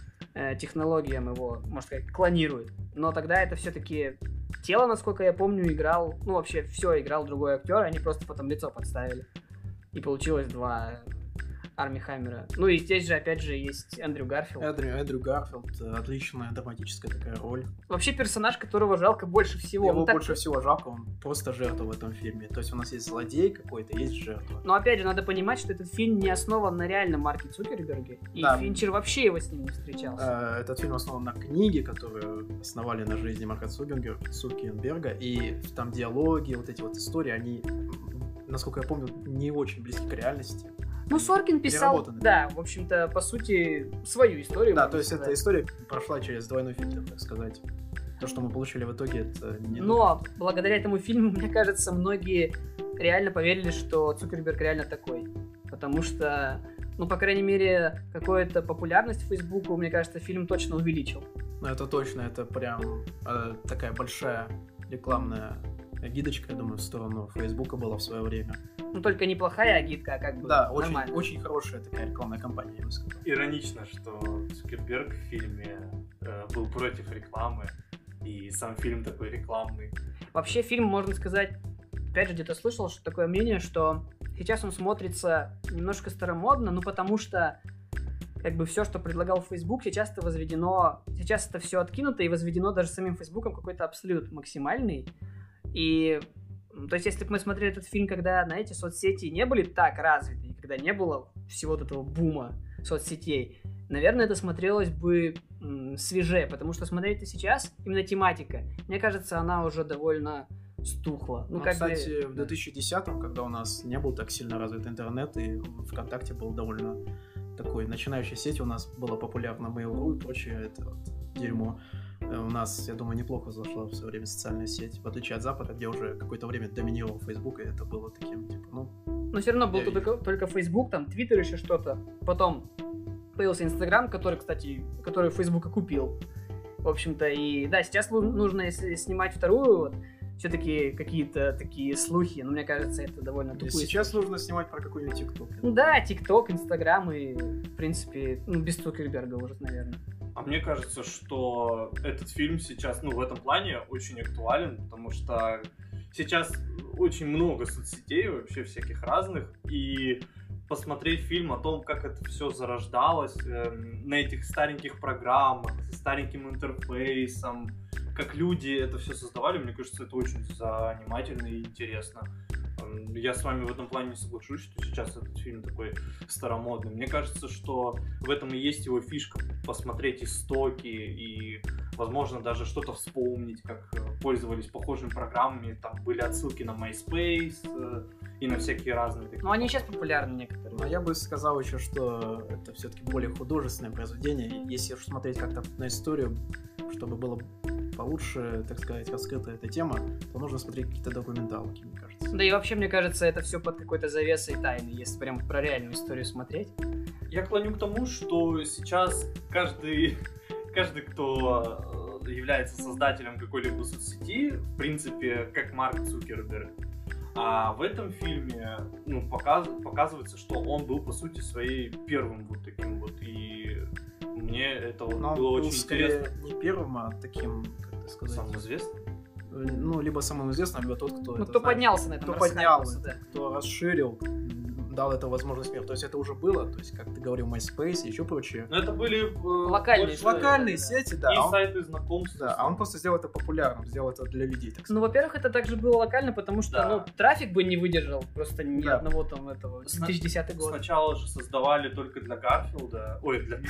э, технологиям его, можно сказать, клонируют. Но тогда это все-таки тело, насколько я помню, играл, ну, вообще все играл другой актер, они просто потом лицо подставили. И получилось два Арми Хаммера. Ну и здесь же, опять же, есть Эндрю Гарфилд. Эндрю, Эндрю Гарфилд, э, отличная драматическая такая роль. Вообще персонаж, которого жалко больше всего. Его Ну, так- больше всего жалко, он просто жертва в этом фильме. То есть у нас есть злодей какой-то, есть жертва. Но опять же, надо понимать, что этот фильм не основан на реальном Марке Цукерберге. И Да. Финчер вообще его с ним не встречался. Э, Этот фильм основан на книге, которую основали на жизни Марка Цукерберга, Цукерберга, и там диалоги, вот эти вот истории, они, м, насколько я помню, не очень близки к реальности. Ну, Соркин писал, переработаны. да, в общем-то, по сути, свою историю. Да, можно то есть сказать. эта история прошла через двойной фильтр, так сказать. То, что мы получили в итоге, это не... Но благодаря этому фильму, мне кажется, многие реально поверили, что Цукерберг реально такой. Потому что, ну, по крайней мере, какую-то популярность Фейсбуку, мне кажется, фильм точно увеличил. Ну, это точно, это прям э, такая большая рекламная гидочка, я думаю, в сторону Фейсбука была в свое время. Ну, только неплохая агитка, а как бы Да, очень, нормально. очень хорошая такая рекламная кампания, я бы сказал. Иронично, что Цукерберг в фильме э, был против рекламы, и сам фильм такой рекламный. Вообще фильм, можно сказать, опять же, где-то слышал, что такое мнение, что сейчас он смотрится немножко старомодно, ну потому что как бы все, что предлагал Facebook, сейчас это возведено, сейчас это все откинуто и возведено даже самим Фейсбуком какой-то абсолют максимальный. И, то есть, если бы мы смотрели этот фильм, когда, знаете, соцсети не были так развиты, и когда не было всего вот этого бума соцсетей, наверное, это смотрелось бы м, свежее, потому что смотреть-то сейчас именно тематика, мне кажется, она уже довольно стухла. Ну, Ну, как кстати, бы, в две тысячи десятом, когда у нас не был так сильно развит интернет, и ВКонтакте был довольно такой начинающей сеть, у нас было популярно Mail.ru и прочее это вот дерьмо. Э, У нас, я думаю, неплохо зашла в свое время социальная сеть, в отличие от Запада, где уже какое-то время доминировал Facebook, и это было таким, типа, ну... но все равно был я только, только Facebook, там, Twitter, еще что-то. Потом появился Инстаграм, который, кстати, который Фейсбука купил. В общем-то, и да, сейчас ну- нужно, если снимать вторую, вот, все-таки какие-то такие слухи, но мне кажется, это довольно И тупые. сейчас нужно снимать про какой-нибудь ТикТок. Ну да, ТикТок, Инстаграм и, в принципе, ну, без Цукерберга уже, наверное. А мне кажется, что этот фильм сейчас, ну, в этом плане очень актуален, потому что сейчас очень много соцсетей, вообще всяких разных, и посмотреть фильм о том, как это все зарождалось э, на этих стареньких программах, со стареньким интерфейсом, как люди это все создавали, мне кажется, это очень занимательно и интересно. Я с вами в этом плане не соглашусь, что сейчас этот фильм такой старомодный. Мне кажется, что в этом и есть его фишка. Посмотреть истоки и, возможно, даже что-то вспомнить, как пользовались похожими программами. Там были отсылки на MySpace и на всякие разные такие. Ну, они сейчас популярны некоторые. Но я бы сказал еще, что это все-таки более художественное произведение. Если смотреть как-то на историю, чтобы было получше, так сказать, раскрыта эта тема, то нужно смотреть какие-то документалки, мне кажется. Да и вообще, мне кажется, это все под какой-то завесой тайны, если прям про реальную историю смотреть. Я клоню к тому, что сейчас каждый, каждый, кто является создателем какой-либо соцсети, в принципе, как Марк Цукерберг. А в этом фильме ну, показ, показывается, что он был, по сути, своей первым вот таким вот. И мне это вот Но было он был очень скорее интересно. не первым, а таким, как это сказать... Самым известным? Ну, либо самым известным, либо тот, кто... Ну, это, кто знаешь, поднялся на этом, кто поднял, расхайпился, да. кто расширил, дал эту возможность миру. То есть это уже было, то есть, как ты говорил, MySpace и еще прочее. Но это были э, Локальные больше Локальные да, сети, да. да. и а он- сайты знакомств. Да, а он просто сделал это популярным, сделал это для людей, так Ну, сказать. во-первых, это также было локально, потому что, Да. ну, трафик бы не выдержал просто ни Да. одного там этого. Сна- две тысячи десятый год. Сначала же создавали только для Гарфилда. Ой, для...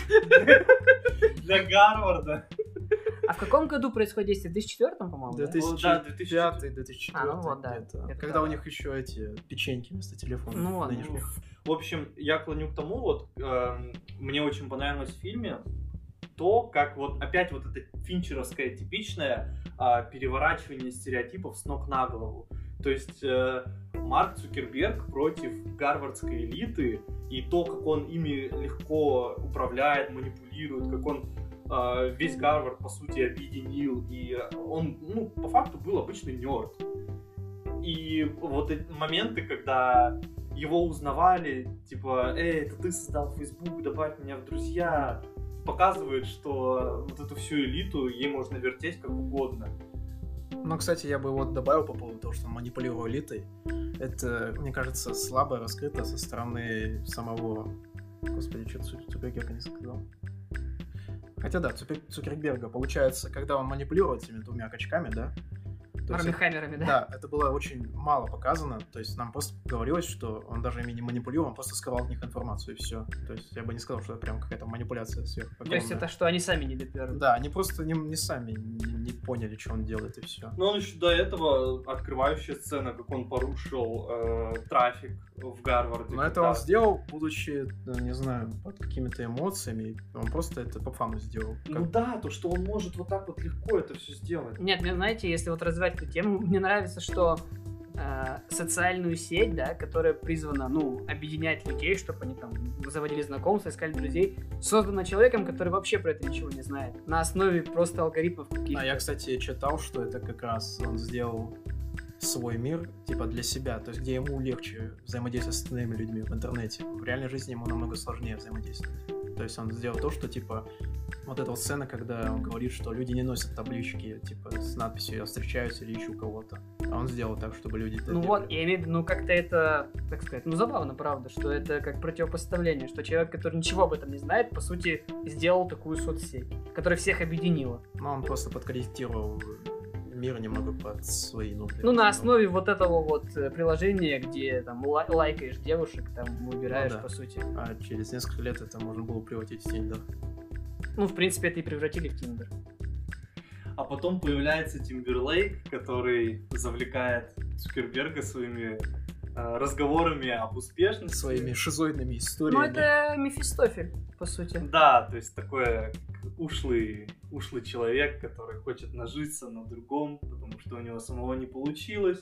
Для Гарварда. А в каком году происходит действие? В две тысячи четвёртом, по-моему, да? две тысячи пятый, две тысячи пятый, две тысячи четвёртый А, ну вот, да, где-то. это Когда да. у них еще эти печеньки вместо телефона Ну вот, нынешних. В общем, я клоню к тому, вот, эм, мне очень понравилось в фильме то, как вот опять вот это финчеровское типичное а, переворачивание стереотипов с ног на голову. То есть э, Марк Цукерберг против гарвардской элиты и то, как он ими легко управляет, манипулирует, как он э, весь Гарвард, по сути, объединил. И он, ну, по факту был обычный нерд. И вот эти моменты, когда его узнавали, типа, эй, это ты создал Facebook, добавь меня в друзья, показывает, что вот эту всю элиту ей можно вертеть как угодно. Ну, кстати, я бы вот добавил по поводу того, что он манипулировал элитой. Это, мне кажется, слабо раскрыто со стороны самого... Господи, что-то Цукерберга не сказал. Хотя да, Цукер- Цукерберга. Получается, когда он манипулирует этими двумя качками, да? То есть Бармихаймерами, да? Да, это было очень мало показано. То есть нам просто говорилось, что он даже ими не манипулировал, он просто скрывал от них информацию и все. То есть я бы не сказал, что это прям какая-то манипуляция сверху. То есть это что, они сами не доперли? Да, они просто не, не сами не, не поняли, что он делает, и все. Но он еще до этого открывающая сцена, как он порушил э, трафик в Гарварде. Но это когда- он сделал, будучи, ну, не знаю, под какими-то эмоциями. Он просто это по фану сделал. Ну да, то, что он может вот так вот легко это все сделать. Нет, мне, знаете, если вот развивать эту тему, мне нравится, что э, социальную сеть, да, которая призвана, ну, объединять людей, чтобы они там заводили знакомства, искали друзей, создана человеком, который вообще про это ничего не знает. На основе просто алгоритмов каких-то. А я, кстати, читал, что это как раз он сделал свой мир, типа, для себя, то есть где ему легче взаимодействовать с остальными людьми в интернете. В реальной жизни ему намного сложнее взаимодействовать. То есть он сделал то, что, типа, вот эта вот сцена, когда он говорит, что люди не носят таблички, типа, с надписью «Я встречаюсь» или «Ищу кого-то». А он сделал так, чтобы люди это Ну делали. вот, я имею в виду, ну как-то это, так сказать, ну забавно, правда, что это как противопоставление, что человек, который ничего об этом не знает, по сути, сделал такую соцсеть, которая всех объединила. Но он просто подкорректировал мир немного под свои нужды. Ну, на основе вот этого вот э, приложения, где там лай- лайкаешь девушек, там выбираешь, Ну да. по сути. А через несколько лет это можно было превратить в Тиндер. Ну, в принципе, это и превратили в Тиндер. А потом появляется Тимберлейк, который завлекает Цукерберга своими э, разговорами об успешности. Своими шизоидными Ну, историями. это Мефистофель, по сути. Да, то есть такой ушлый, ушлый человек, который хочет нажиться на другом, потому что у него самого не получилось.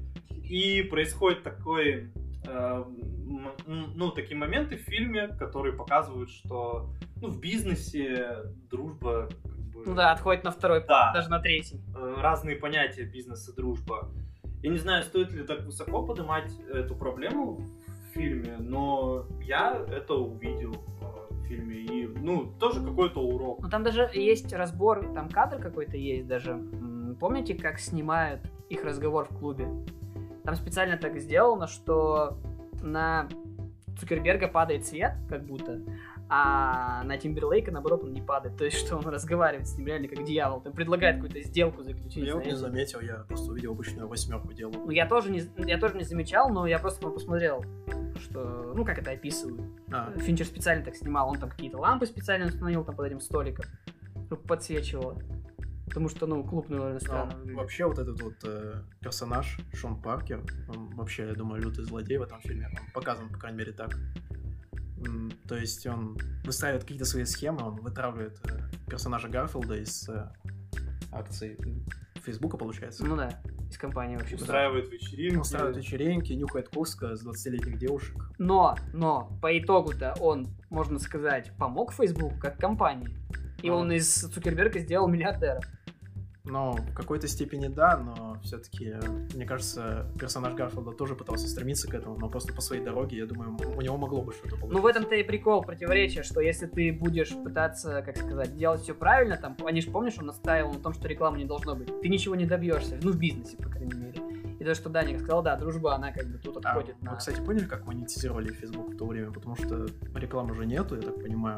И происходит такой, э, м- м- ну, такие моменты в фильме, которые показывают, что ну, в бизнесе дружба как бы, Ну да, отходит на второй, Да. даже на третий. э, разные понятия бизнес и дружба. Я не знаю, стоит ли так высоко поднимать эту проблему в фильме, но я это увидел э, в фильме. И, ну, тоже какой-то урок. Ну, там даже есть разбор, там кадр какой-то есть даже. М, Помните, как снимают их разговор в клубе? Там специально так сделано, что на Цукерберга падает свет, как будто, а на Тимберлейка, наоборот, он не падает. То есть, что он разговаривает с ним реально как дьявол. Там предлагает какую-то сделку заключить. Я вот не знаете. заметил, я просто увидел обычную восьмерку делал. Ну, я тоже, не, я тоже не замечал, но я просто посмотрел, что, ну, как это описывают. А, Финчер специально так снимал, он там какие-то лампы специально установил там под этим столиком, чтобы подсвечивало. Потому что, ну, клуб, наверное, странно но выглядит. вообще вот этот вот э, персонаж Шон Паркер, он вообще, я думаю, лютый злодей в этом фильме. Он показан, по крайней мере, так. М, То есть он выстраивает какие-то свои схемы, он вытравливает э, персонажа Гарфилда из э, акций Фейсбука, получается. Ну да, из компании вообще. Устраивает вечеринки. Он устраивает вечеринки, нюхает курска с двадцатилетних девушек. Но, но, по итогу-то он, можно сказать, помог Фейсбуку как компании. И Ну. он из Цукерберга сделал миллиардера. Но в какой-то степени да, но все-таки, мне кажется, персонаж Гарфилда тоже пытался стремиться к этому, но просто по своей дороге, я думаю, у него могло бы что-то получиться. Ну в этом-то и прикол, противоречие, что если ты будешь пытаться, как сказать, делать все правильно, там, они же, помнишь, он настаивал на том, что рекламы не должно быть, ты ничего не добьешься, ну в бизнесе, по крайней мере. И то, что Даник сказал, да, дружба, она как бы тут А, отходит вы, на... кстати, поняли, как монетизировали Facebook в то время? Потому что рекламы уже нету, я так понимаю.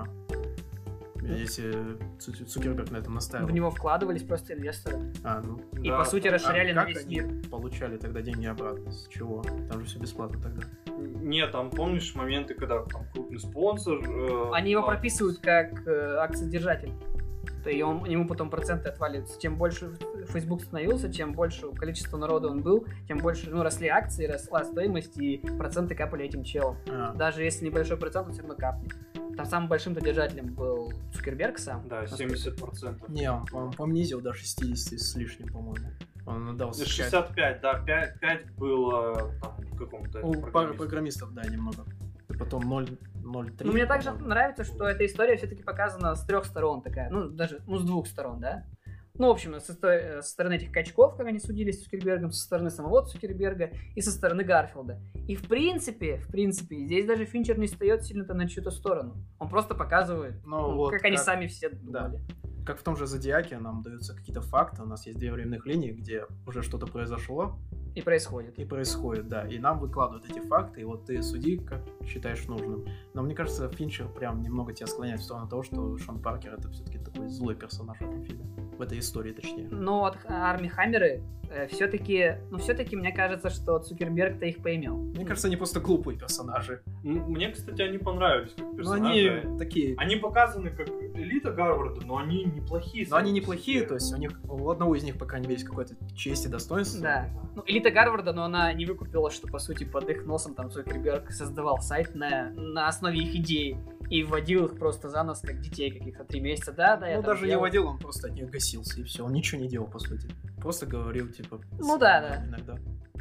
Если Цу- Цукерберг на этом настаивал. В него вкладывались просто инвесторы. А, ну, И Да. по сути расширяли а на как весь они мир. получали тогда деньги обратно? С чего? Там же все бесплатно тогда. Нет, там помнишь моменты, когда там крупный спонсор. э, Они его а, прописывают как э, акциодержатель. То и он, ему потом проценты отваливаются. Чем больше Facebook становился, чем больше количество народа он был, тем больше ну, росли акции, росла стоимость, и проценты капали этим челом. А, Даже если небольшой процент, он все равно капнет. Там самым большим-то держателем был Цукерберг сам. Да, семьдесят процентов. не, он, по-моему, понизил до шестьдесят с лишним, по-моему. Он отдал скачать. шестьдесят пять, да, пять, пять было там в каком-то У пары программисте. программистов, да, немного. И потом ноль ноль три. Ну, мне также по-моему. нравится, что эта история все-таки показана с трех сторон такая, ну, даже, ну, с двух сторон, да? Ну, в общем, со, сто- со стороны этих качков, как они судились с Цукербергом, со стороны самого Цукерберга и со стороны Гарфилда. И в принципе, в принципе, здесь даже Финчер не встает сильно-то на чью-то сторону. Он просто показывает, Ну, ну, вот как они как- сами все да. думали. Как в том же Зодиаке нам даются какие-то факты, у нас есть две временных линии, где уже что-то произошло, И происходит. и происходит, да, и нам выкладывают эти факты, и вот ты суди, как считаешь нужным. Но мне кажется, Финчер прям немного тебя склоняет в сторону того, что Шон Паркер это все-таки такой злой персонаж в этом фильме, в этой истории точнее. Но вот Арми Хаммеры все-таки, ну, все-таки мне кажется, что Цукерберг-то их поимел. Мне кажется, они просто глупые персонажи. М, Мне, кстати, они понравились как Но персонажи. они такие... Они показаны как элита Гарварда, но они неплохие. Но они сами по неплохие, себе. то есть у них у одного из них, по крайней мере, есть какой-то честь и достоинство. Да. Ну, элита Гарварда, но она не выкупила, что, по сути, под их носом там Цукерберг создавал сайт на, на основе их идей и вводил их просто за нос, как детей каких-то три месяца. Да, да, я Ну, там даже не делал. водил, он просто от них гасился, и все. Он ничего не делал, по сути. Просто говорил, типа... Ну да, да. Иногда.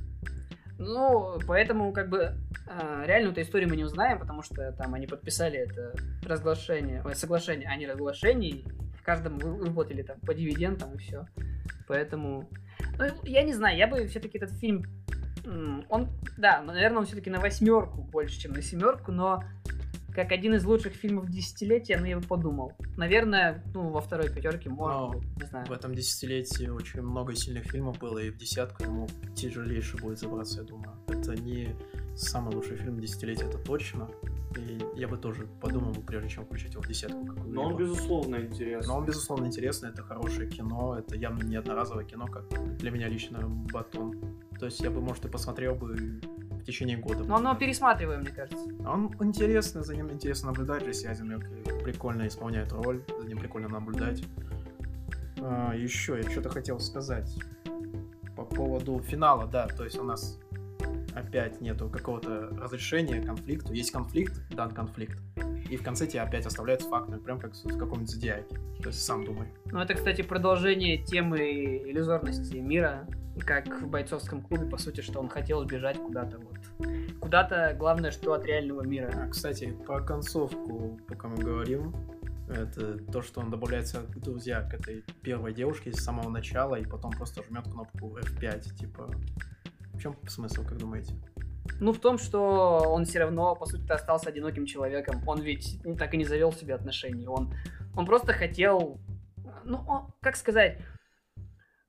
Ну, поэтому, как бы, э, реально эту историю мы не узнаем, потому что там они подписали это разглашение, ой, соглашение, а не разглашение, и каждому вы- выплатили там по дивидендам и все. Поэтому, ну, я не знаю, я бы все-таки этот фильм, м, он, да, наверное, он все-таки на восьмерку больше, чем на семерку, но как один из лучших фильмов десятилетия, ну, я бы подумал. Наверное, ну, во второй пятерке может Но быть, не знаю. В этом десятилетии очень много сильных фильмов было, и в десятку ему тяжелейше будет забраться, я думаю. Это не самый лучший фильм десятилетия, это точно. И я бы тоже подумал, прежде чем включить его в десятку какую-либо. Но он, безусловно, интересный. Но он, безусловно, интересный, это хорошее кино, это явно не одноразовое кино, как для меня лично батон. То есть я бы, может, и посмотрел бы в течение года. Но оно пересматриваем, мне кажется. Он интересный, за ним интересно наблюдать, Джесси Айзенберг прикольно исполняет роль, за ним прикольно наблюдать. А, еще я что-то хотел сказать по поводу финала, да, то есть у нас опять нету какого-то разрешения конфликту, есть конфликт, дан конфликт, и в конце тебя опять оставляют с фактами, прям как в каком-нибудь Зодиаке, то есть сам думай. Ну, это, кстати, продолжение темы иллюзорности мира, как в бойцовском клубе, по сути, что он хотел сбежать куда-то вот. Куда-то, главное, что от реального мира. А, кстати, про концовку, пока мы говорим, это то, что он добавляется как друзья к этой первой девушке с самого начала, и потом просто жмет кнопку эф пять, типа... В чем смысл, как думаете? Ну, в том, что он все равно, по сути, остался одиноким человеком. Он ведь ну, так и не завел себе отношений. Он, он просто хотел... Ну, он, как сказать...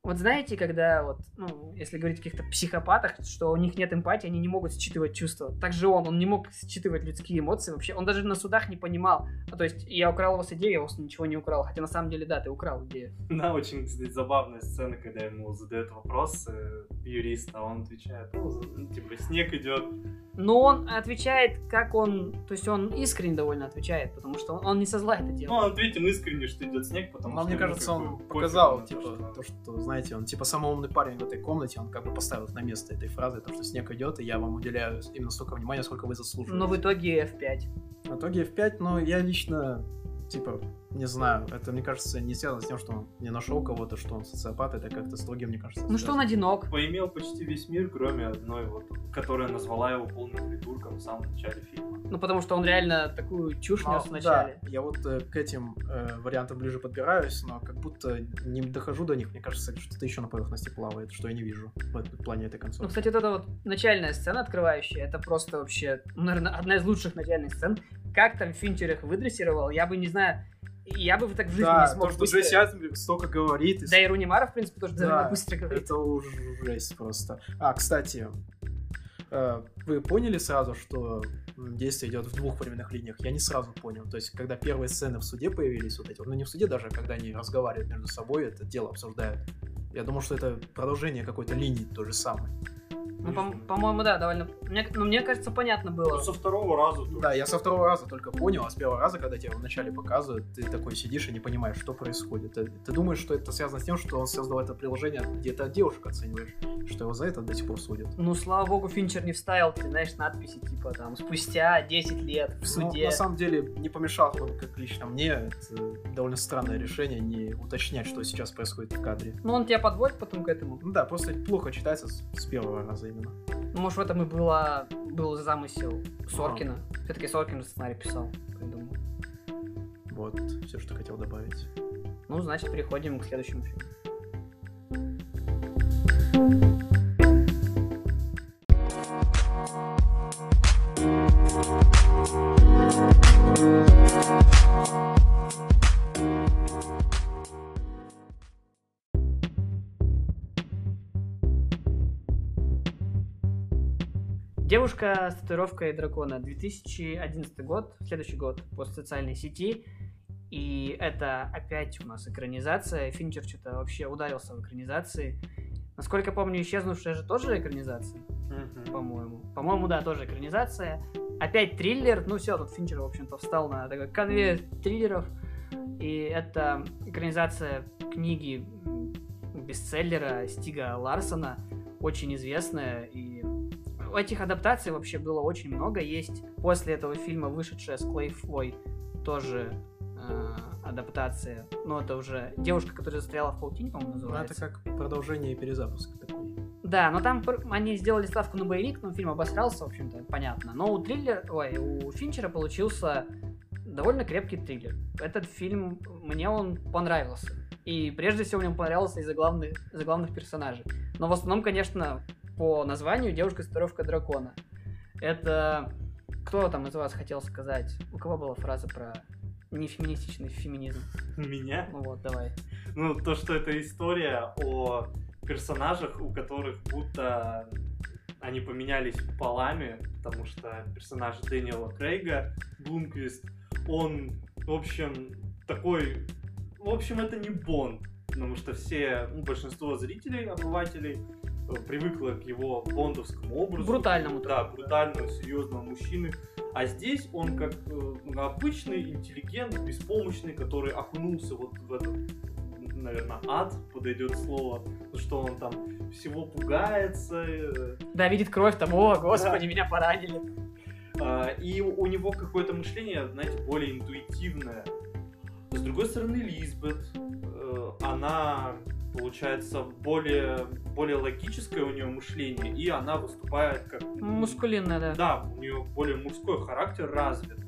Вот знаете, когда вот, ну, если говорить о каких-то психопатах, что у них нет эмпатии, они не могут считывать чувства. Так же он, он не мог считывать людские эмоции вообще. Он даже на судах не понимал. Ну, то есть, я украл у вас идею, я у вас ничего не украл. Хотя на самом деле, да, ты украл идею. Да, очень, кстати, забавная сцена, когда ему задают вопрос э, юрист, а он отвечает, ну, типа, снег идет. Но он отвечает, как он... То есть, он искренне довольно отвечает, потому что он, он не со зла это делает. Ну, он ответил искренне, что идет снег, потому Но что... мне ему кажется, как он бы показал, пофиг на типа, то, то, что, знаете, он типа самый умный парень в этой комнате, он как бы поставил их на место этой фразы, то, что снег идет, и я вам уделяю именно столько внимания, сколько вы заслуживаете. Но в итоге эф пять. В итоге эф пять, но я лично, типа, не знаю, это, мне кажется, не связано с тем, что он не нашел кого-то, что он социопат, это как-то с другим, мне кажется. Ну что он одинок. Поимел почти весь мир, кроме одной вот, которая назвала его полным придурком в самом начале фильма. Ну потому что он реально такую чушь Ну, нес вначале. Да, я вот э, к этим э, вариантам ближе подбираюсь, но как будто не дохожу до них, мне кажется, что-то еще на поверхности плавает, что я не вижу в, в плане этой концовки. Ну, кстати, вот эта вот начальная сцена открывающая, это просто вообще, наверное, одна из лучших начальных сцен. Как там Финчер их выдрессировал, я бы не знаю, я бы так в жизни да, не смог то, что быстро... Джесси Айзенберг столько говорит. И... Да и Руни Мара, в принципе, тоже да, довольно быстро говорит. Это уже жесть просто. А, кстати, э, вы поняли сразу, что действие идет в двух временных линиях? Я не сразу понял. То есть, когда первые сцены в суде появились, вот эти, ну не в суде даже, а когда они разговаривают между собой, это дело обсуждают. Я думал, что это продолжение какой-то линии, то же самое. Ну, по- по-моему, да, довольно... Мне, ну, мне кажется, понятно было. Ну, со второго раза. Только. Да, я со второго раза только понял, а с первого раза, когда тебе вначале показывают, ты такой сидишь и не понимаешь, что происходит. Ты, ты думаешь, что это связано с тем, что он создал это приложение, где ты от девушек оцениваешь, что его за это до сих пор судят. Ну, слава богу, Финчер не вставил, ты знаешь, надписи, типа, там, спустя десять лет в суде. Ну, на самом деле, не помешал он, как лично мне, это довольно странное решение не уточнять, что сейчас происходит в кадре. Ну, он тебя подводит потом к этому. Ну да, просто плохо читается с, с первого раза именно. Ну, может, в этом и было, был замысел Соркина. А. Все-таки Соркин сценарий писал, придумал. Вот, все, что хотел добавить. Ну, значит, переходим к следующему фильму. Девушка с татуировкой дракона. две тысячи одиннадцатый год, следующий год после социальной сети. И это опять у нас экранизация. Финчер что-то вообще ударился в экранизации. Насколько помню, «Исчезнувшая» же тоже экранизация, mm-hmm. по-моему. По-моему, да, тоже экранизация. Опять триллер. Ну все, тут Финчер, в общем-то, встал на такой конвейер триллеров. И это экранизация книги бестселлера Стига Ларсона. Очень известная. И этих адаптаций вообще было очень много. Есть после этого фильма вышедшая с Клей Фой тоже э, адаптация. Но это уже девушка, которая застряла в паутине, по-моему, называется. Ну, это как продолжение и перезапуск такой. Да, но там они сделали ставку на боевик, но фильм обосрался, в общем-то, понятно. Но у триллера, ой, у Финчера получился довольно крепкий триллер. Этот фильм, мне он понравился. И прежде всего мне он понравился из-за главных, из-за главных персонажей. Но в основном, конечно, по названию «Девушка с татуировкой дракона». Это... Кто там из вас хотел сказать? У кого была фраза про нефеминистичный феминизм? Меня? Ну вот, давай. Ну, то, что это история о персонажах, у которых будто они поменялись полами, потому что персонаж Дэниела Крейга, Блумквист, он, в общем, такой... В общем, это не Бонд, потому что все, ну, большинство зрителей, обывателей привыкло к его бондовскому образу. Брутальному. Да, брутального, серьезного мужчины. А здесь он как э, обычный интеллигент, беспомощный, который окунулся вот в этот, наверное, ад, подойдет слово, что он там всего пугается. Э... Да, видит кровь, там, о, господи, да. Меня поранили. А, и у него какое-то мышление, знаете, более интуитивное. С другой стороны, Лизбет, э, она... получается, более, более логическое у нее мышление, и она выступает как... Мускулинная, да. Да, у нее более мужской характер развит.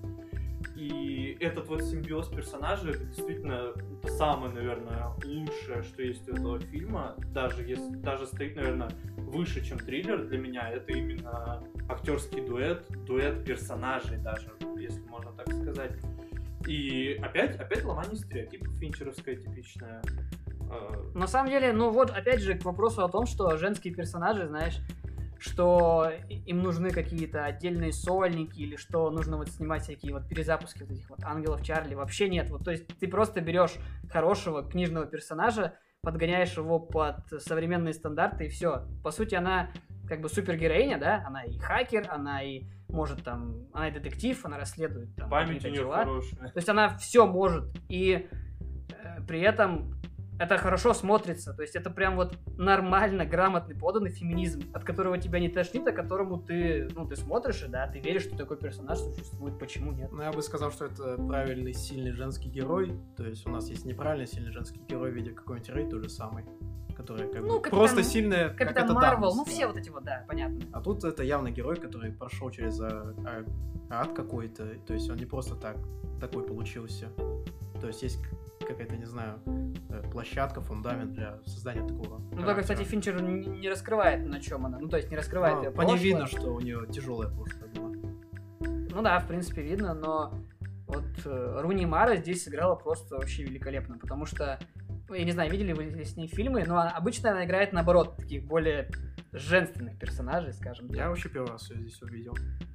И этот вот симбиоз персонажей, это действительно это самое, наверное, лучшее, что есть у этого фильма. Даже, если, даже стоит, наверное, выше, чем триллер для меня. Это именно актерский дуэт, дуэт персонажей даже, если можно так сказать. И опять, опять ломание стереотипов финчеровская типичная. На самом деле, ну вот, опять же, к вопросу о том, что женские персонажи, знаешь, что им нужны какие-то отдельные сольники, или что нужно вот снимать всякие вот перезапуски вот этих вот Ангелов Чарли, вообще нет. Вот, то есть ты просто берешь хорошего книжного персонажа, подгоняешь его под современные стандарты, и все. По сути, она как бы супергероиня, да, она и хакер, она и может там, она и детектив, она расследует там Память у какие-то нее дела. хорошая. То есть она все может, и э, при этом это хорошо смотрится, то есть это прям вот нормально, грамотный, поданный феминизм, от которого тебя не тошнит, а которому ты, ну, ты смотришь, и да, ты веришь, что такой персонаж существует, почему нет? Ну, я бы сказал, что это правильный, сильный женский герой, то есть у нас есть неправильный, сильный женский герой в виде какой-нибудь Рэй, тот же самый, который как Ну, бы Капитан- просто сильная, как Капитан это Марвел, Танос, ну да. все вот эти вот, да, понятно. А тут это явно герой, который прошел через а, а, ад какой-то, то есть он не просто так такой получился. То есть есть какая-то, не знаю, площадка, фундамент для создания такого. Ну только, кстати, Финчер не не раскрывает, на чем она, ну то есть не раскрывает ее По ней прошлое. видно, что у нее тяжелое прошлое было. Ну да, в принципе, видно, но вот э, Руни Мара здесь сыграла просто вообще великолепно, потому что, ну, я не знаю, видели вы с ней фильмы, но она- обычно она играет, наоборот, таких более женственных персонажей, скажем так. Я вообще первый раз ее здесь увидел.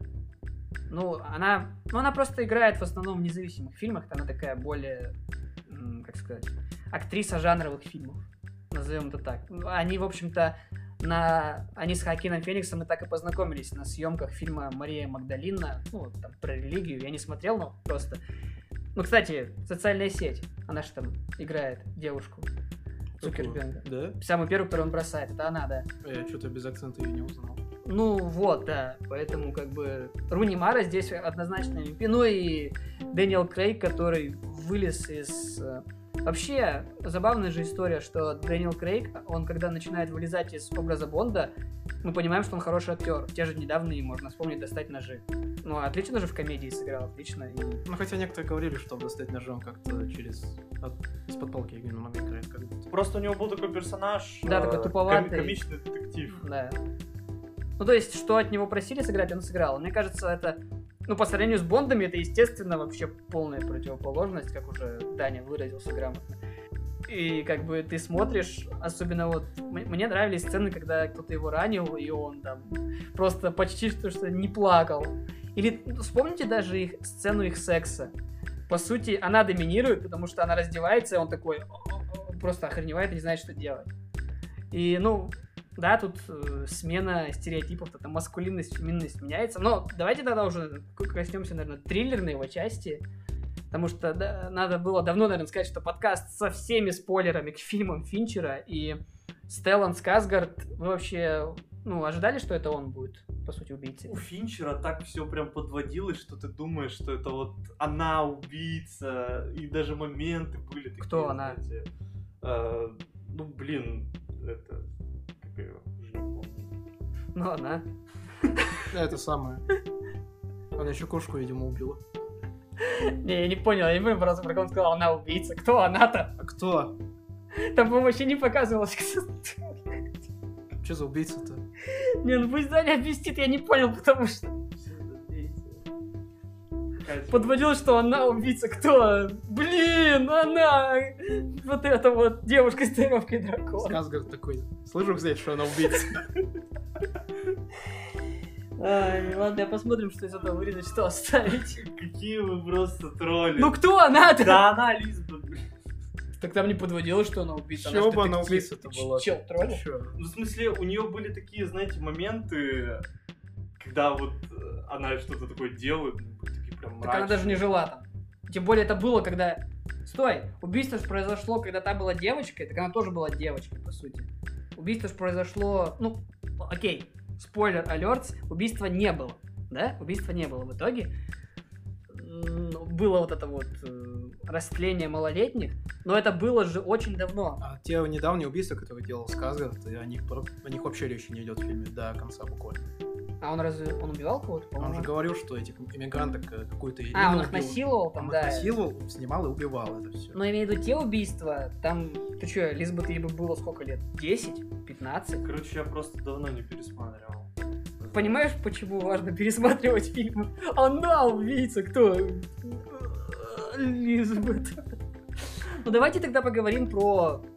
Ну, она, ну, она просто играет в основном в независимых фильмах, она такая более, м, как сказать, актриса жанровых фильмов, назовем это так. Ну, Они, в общем-то, на... Они с Хоакином Фениксом и так и познакомились на съемках фильма «Мария Магдалина», ну, вот там про религию, я не смотрел, но просто... Ну, кстати, социальная сеть, она же там играет девушку Цукерберга. Да? Самую первую, которую он бросает, это она, да. Я что-то без акцента ее не узнал. Ну вот, да, поэтому как бы Руни Мара здесь однозначно эм ви пи. Ну и Дэниел Крейг, который вылез из... э, Вообще, забавная же история, что Дэниел Крейг, он когда начинает вылезать из образа Бонда, мы понимаем, что он хороший актер. Те же недавние, можно вспомнить, «Достать ножи». Ну, отлично же в комедии сыграл, отлично. И... Ну, хотя некоторые говорили, что достать ножом как-то через... от- из-под палки немного играет как будто. Просто у него был такой персонаж. Да, такой э, туповатый. ком- комичный детектив. Да. Ну, то есть, что от него просили сыграть, он сыграл. Мне кажется, это... Ну, по сравнению с Бондами, это, естественно, вообще полная противоположность, как уже Даня выразился грамотно. И как бы ты смотришь, особенно вот... м- Мне нравились сцены, когда кто-то его ранил, и он там просто почти что, что не плакал. Или вспомните даже их сцену их секса. По сути, она доминирует, потому что она раздевается, и он такой «О-о-о», просто охреневает и не знает, что делать. И, ну, да, тут э, смена стереотипов, там маскулинность, феминность меняется. Но давайте тогда уже к- коснемся, наверное, триллерной его части. Потому что да, надо было давно, наверное, сказать, что подкаст со всеми спойлерами к фильмам Финчера. И Стеллан Скарсгард, вы вообще, ну, ожидали, что это он будет, по сути, убийцей? У Финчера так все прям подводилось, что ты думаешь, что это вот она убийца, и даже моменты были такие. Кто она? знаете, э, ну, блин, это... Как ее? Уже не помню. Ну, она. Это самое. Она еще кошку, видимо, убила. Не, я не понял, я не понял, просто про кого он сказал, она убийца. Кто она-то? А кто? Там, по-моему, вообще не показывалось. Что за убийца-то? Не, ну пусть Даня объяснит, я не понял, потому что Катя. подводил, что она убийца. Кто? Блин, она! Вот эта вот девушка с тренировкой дракона. Скарсгард такой. Слышу, кстати, что она убийца. Ай, ладно, я посмотрим, что из этого вырезать, что оставить. Какие вы просто тролли. Ну кто она-то? Да она Лизбет, блин. Так там не подводилось, что она убийца. Чего ж бы она детектив. убийца-то была? Чел, тролль? Чё? Ну, в смысле, у нее были такие, знаете, моменты, когда вот э, она что-то такое делает, ну, такие прям Так она даже не жила там. Тем более это было, когда... Стой, убийство же произошло, когда та была девочкой, так она тоже была девочкой, по сути. Убийство же произошло... Ну, окей, спойлер алерт, убийства не было, да? Убийства не было в итоге. М, Было вот это вот э, растление малолетних, но это было же очень давно. А те недавние убийства, которые делал Скарсгард, и о них, про- о них вообще речи не идет в фильме до конца буквально. А он разве... Он убивал кого-то, Он по-моему? же говорил, что этих иммигранток э, какую-то Ирину А, он их убил. насиловал там, Он их да. насиловал, снимал и убивал это все. Но я имею в виду те убийства, там, ты чё, Лизбет ей бы было сколько лет? десять? пятнадцать? Короче, я просто давно не пересматривал. Понимаешь, почему важно пересматривать фильмы? Она убийца, кто? Лизбет. Ну давайте тогда поговорим про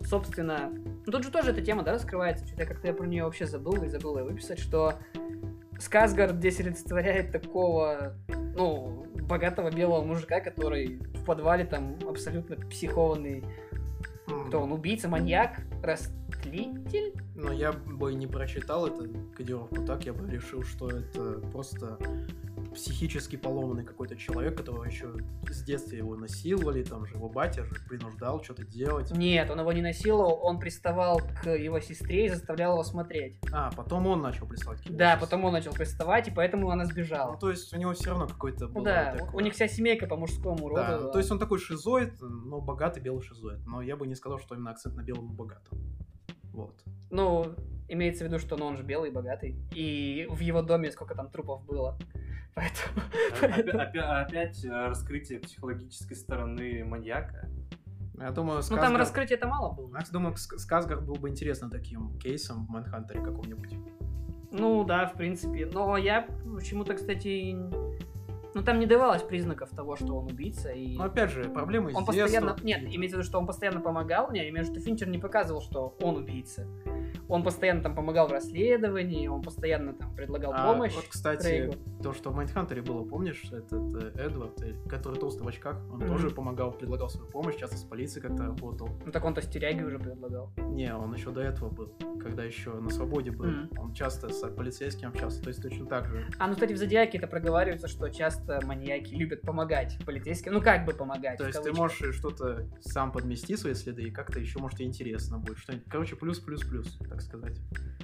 собственно... Ну, тут же тоже эта тема, да, раскрывается. Что-то как-то я про нее вообще забыл и забыл ее выписать, что Скарсгард здесь олицетворяет такого, ну, богатого белого мужика, который в подвале там абсолютно психованный... Кто он? Убийца, маньяк, растлитель? Но я бы не прочитал эту кодировку так, я бы решил, что это просто психически поломанный какой-то человек, которого еще с детства его насиловали, там же его батя же принуждал что-то делать. Нет, он его не насиловал, он приставал к его сестре и заставлял его смотреть. А, потом он начал приставать к его Да, сестре. потом он начал приставать, и поэтому она Ну, сбежала. то есть у него все равно какой-то был... Да, такой... у них вся семейка по мужскому роду. Да, ну, то есть он такой шизоид, но богатый белый шизоид. Но я бы не сказал, что именно акцент на белом и богатом. Вот. Ну, имеется в виду, что ну, он же белый, богатый. И в его доме сколько там трупов было. Поэтому... Опять, опять раскрытие психологической стороны маньяка. Я думаю, Ну там раскрытия-то мало было. Я думаю, Скарсгард был бы интересным таким кейсом в Майндхантере каком-нибудь. Ну да, в принципе. Но я почему-то, кстати... Ну там не давалось признаков того, что он убийца. И... Но опять же, проблемы Он с детства. постоянно... Нет, имеется в виду, что он постоянно помогал мне, имею в виду, что Финчер не показывал, что он убийца. Он постоянно там помогал в расследовании, он постоянно там предлагал А, помощь. вот, кстати, Крейгу. то, что в Майндхантере было, помнишь, этот э, Эдвард, э, который толстый в очках, он Мгм. тоже помогал, предлагал свою помощь, часто с полицией как-то работал. Ну так он-то стиряги уже предлагал. Не, он еще до этого был, когда еще на свободе был. Мгм. Он часто с полицейским общался, то есть точно так же. А, ну, кстати, в Зодиаке это проговаривается, что часто маньяки любят помогать полицейским. Ну, как бы помогать, То в есть ты кавычках. можешь что-то сам подмести свои следы, и как-то еще, может, и интересно будет. Что-нибудь, короче, плюс-плюс-плюс, так сказать.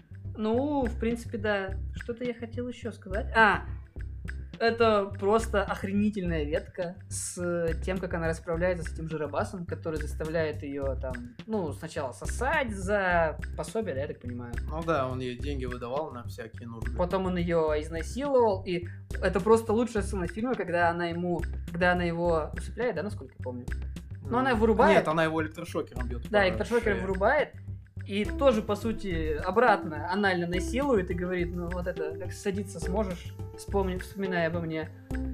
Ну, в принципе, да. Что-то я хотел еще сказать. А, это просто охренительная ветка с тем, как она расправляется с этим жиробасом, который заставляет ее там, ну, сначала сосать за пособие, да, я так понимаю. Ну да, он ей деньги выдавал на всякие нужды. Потом он ее изнасиловал, и это просто лучшая сцена фильма, когда она ему, когда она его усыпляет, да, насколько я помню. Ну, она вырубает. Нет, она его электрошокером бьет. Да, по электрошокер шее. вырубает, и тоже, по сути, обратно анально насилует и говорит, ну вот это, как садиться сможешь, вспомни, вспоминая обо мне.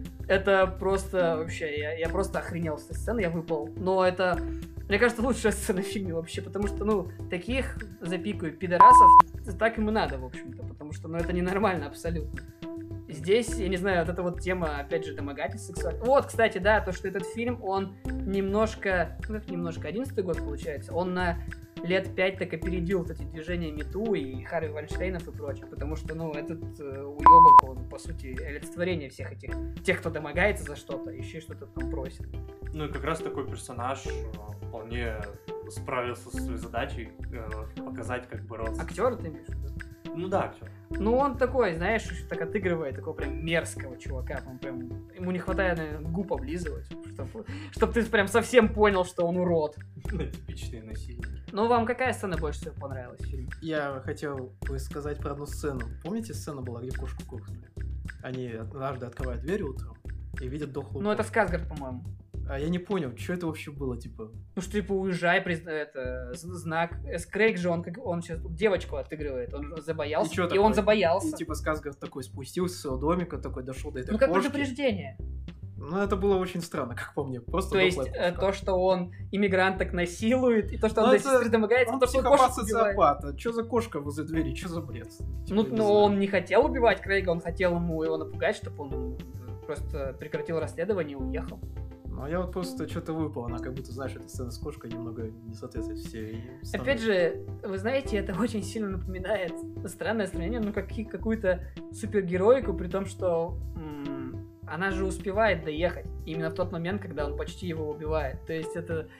Это просто вообще, я, я просто охренел с этой сцены, я выпал. Но это, мне кажется, лучшая сцена в фильме вообще, потому что, ну, таких, запикаю, пидорасов, так им и надо, в общем-то, потому что, ну, это ненормально абсолютно. Здесь, я не знаю, вот эта вот тема, опять же, домогательств сексуальных. Вот, кстати, да, то, что этот фильм, он немножко, ну как немножко, одиннадцатый год получается, он на лет пять так опередил вот эти движения Мету и Харви Вайнштейнов и прочих, потому что, ну, этот э, уебок, он, по сути, олицетворение всех этих, тех, кто домогается за что-то, еще и что-то там просит. Ну и как раз такой персонаж э, вполне справился со своей задачей э, показать, как бороться. Актер ты имеешь в виду? Ну да, актер. Ну, он такой, знаешь, так отыгрывает такого прям мерзкого чувака, он прям, ему не хватает, наверное, губ облизывать, чтобы, чтобы ты прям совсем понял, что он урод. Типичные насильники. Ну, вам какая сцена больше всего понравилась в фильме? Я хотел бы сказать про одну сцену. Помните, сцена была, где кошку кухнули? Они однажды открывают дверь утром и видят дохлую Ну, это кошку. Скарсгард, по-моему. А я не понял, что это вообще было, типа... Ну, что, типа, уезжай, призна... это, з- знак. Эс Крейг же, он, как, он сейчас девочку отыгрывает, он забоялся, И и, чё он такое? забоялся. И типа Скарсгард такой спустился с своего домика, такой дошел до этой Ну, как кошки. предупреждение. Ну, это было очень странно, как по мне. Просто То есть, дохлая э, кошка. то, что он иммигранток насилует, и то, что он Ну, до это- сестры домогается, Он то, что он кошек убивает. психопат-социопат. А что за кошка возле двери? Что за бред? Типа, Ну, я не но знаю. он не хотел убивать Крейга, он хотел ему его напугать, чтобы он э, просто прекратил расследование и уехал. Ну, а я вот просто что-то выпал. Она как будто, знаешь, эта сцена с кошкой немного не соответствует всей. Опять же, вы знаете, это очень сильно напоминает странное сравнение, ну, как, какую-то супергероику, при том, что м, она же успевает доехать именно в тот момент, когда он почти его убивает. То есть это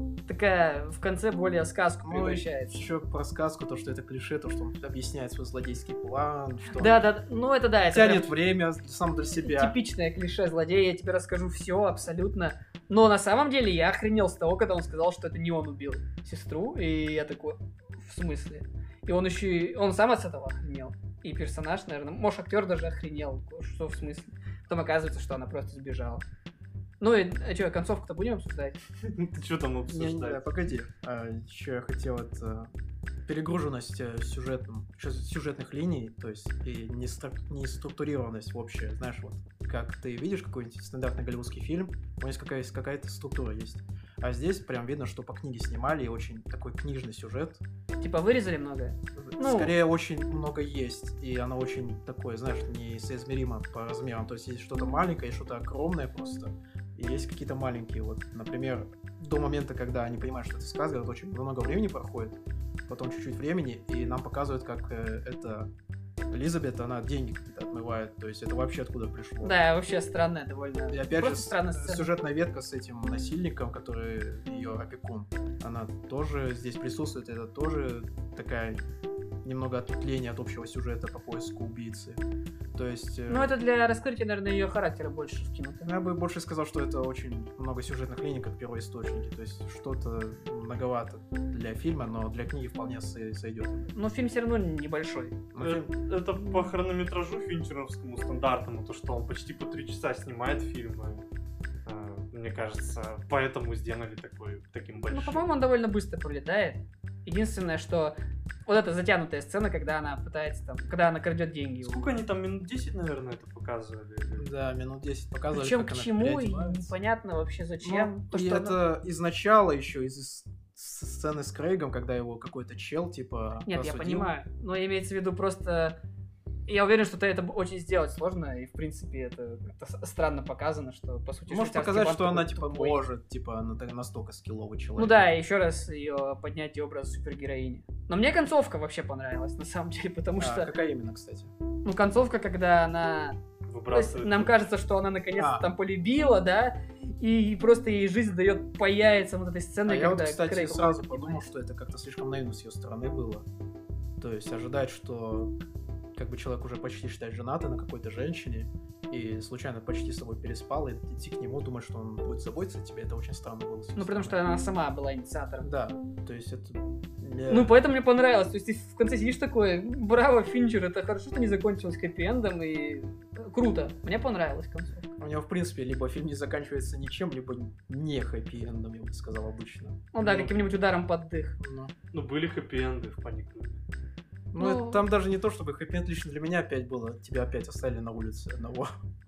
такая в конце более сказку Ну, превращается. еще про сказку, то, что это клише, то, что он объясняет свой злодейский план, что Да, да, ну это да, он это тянет прям время сам для себя. типичное клише злодея, я тебе расскажу все абсолютно. Но на самом деле я охренел с того, когда он сказал, что это не он убил сестру, и я такой, в смысле? И он еще и... Он сам от этого охренел. И персонаж, наверное, может, актер даже охренел. Что в смысле? Потом оказывается, что она просто сбежала. Ну и, а что, концовку-то будем обсуждать? Ты что там Не, не, обсуждаешь? погоди. А, еще я хотел это перегруженность э, сюжетным, сю- сюжетных линий, то есть и не, струк- не структурированность общая. Знаешь, вот как ты видишь какой-нибудь стандартный голливудский фильм, у него есть какая- какая-то структура есть. А здесь прям видно, что по книге снимали, и очень такой книжный сюжет. Типа вырезали многое? Ну, Скорее, очень много есть, и оно очень такое, знаешь, несоизмеримо по размерам. То есть есть что-то маленькое и что-то огромное просто, и есть какие-то маленькие. Вот, например, до момента, когда они понимают, что это сказка, вот очень много времени проходит, потом чуть-чуть времени, и нам показывают, как э, это Элизабет, она деньги какие-то отмывает, то есть это вообще откуда пришло. Да, вообще странная довольно. И опять Просто же, странная сцена. сюжетная ветка с этим насильником, который ее опекун, она тоже здесь присутствует, это тоже такая немного ответвление от общего сюжета по поиску убийцы. То есть... Ну, это для раскрытия, наверное, ее характера больше вкинуто. Я бы больше сказал, что это очень много сюжетных линий, как первоисточники. То есть что-то многовато для фильма, но для книги вполне сойдет. Но фильм все равно небольшой. фильм... Это по хронометражу финчеровскому стандартному, то, что он почти по три часа снимает фильмы. Мне кажется, поэтому сделали такой, таким большим. Ну, по-моему, он довольно быстро пролетает. Единственное, что вот эта затянутая сцена, когда она пытается там, когда она крадет деньги. Сколько они там, минут десять, наверное, это показывали? Да, минут десять показывали. Причем к чему, и непонятно вообще зачем. Ну, то, и что это она... изначало еще из сцены с Крейгом, когда его какой-то чел, типа, Нет, просудил. Я понимаю, но имеется в виду просто... Я уверен, что это очень сделать сложно, и в принципе это, это странно показано, что по сути... Может показать, что она типа тупой. Может, типа она настолько скилловый человек. Ну да, еще раз ее поднять образ супергероини. Но мне концовка вообще понравилась, на самом деле, потому а, что... Какая именно, кстати? Ну, концовка, когда она... Выбрасывает. Нам кажется, что она наконец-то а. там полюбила, да, и просто ей жизнь дает по яйцам вот этой сцены, а когда... я вот, кстати, Крейг сразу подумал, что это как-то слишком наивно с ее стороны было. То есть ожидать, что... как бы человек уже почти считает женатый на какой-то женщине и случайно почти с собой переспал, и идти к нему, думать, что он будет заботиться о тебе, это очень странно было. Ну, потому что она сама была инициатором. Да, то есть это... Ну, поэтому мне понравилось. То есть ты в конце сидишь такой, браво, Финчер, это хорошо, что не закончилось хэппи-эндом, и круто. Мне понравилась концовка. У него, в принципе, либо фильм не заканчивается ничем, либо не хэппи-эндом, я бы сказал, обычно. Ну да, ну, каким-нибудь ударом под дых. Ну, ну были хэппи-энды в Паникруге. Ну, ну это, там даже не то, чтобы хэппи-энд лично для меня опять было. Тебя опять оставили на улице одного.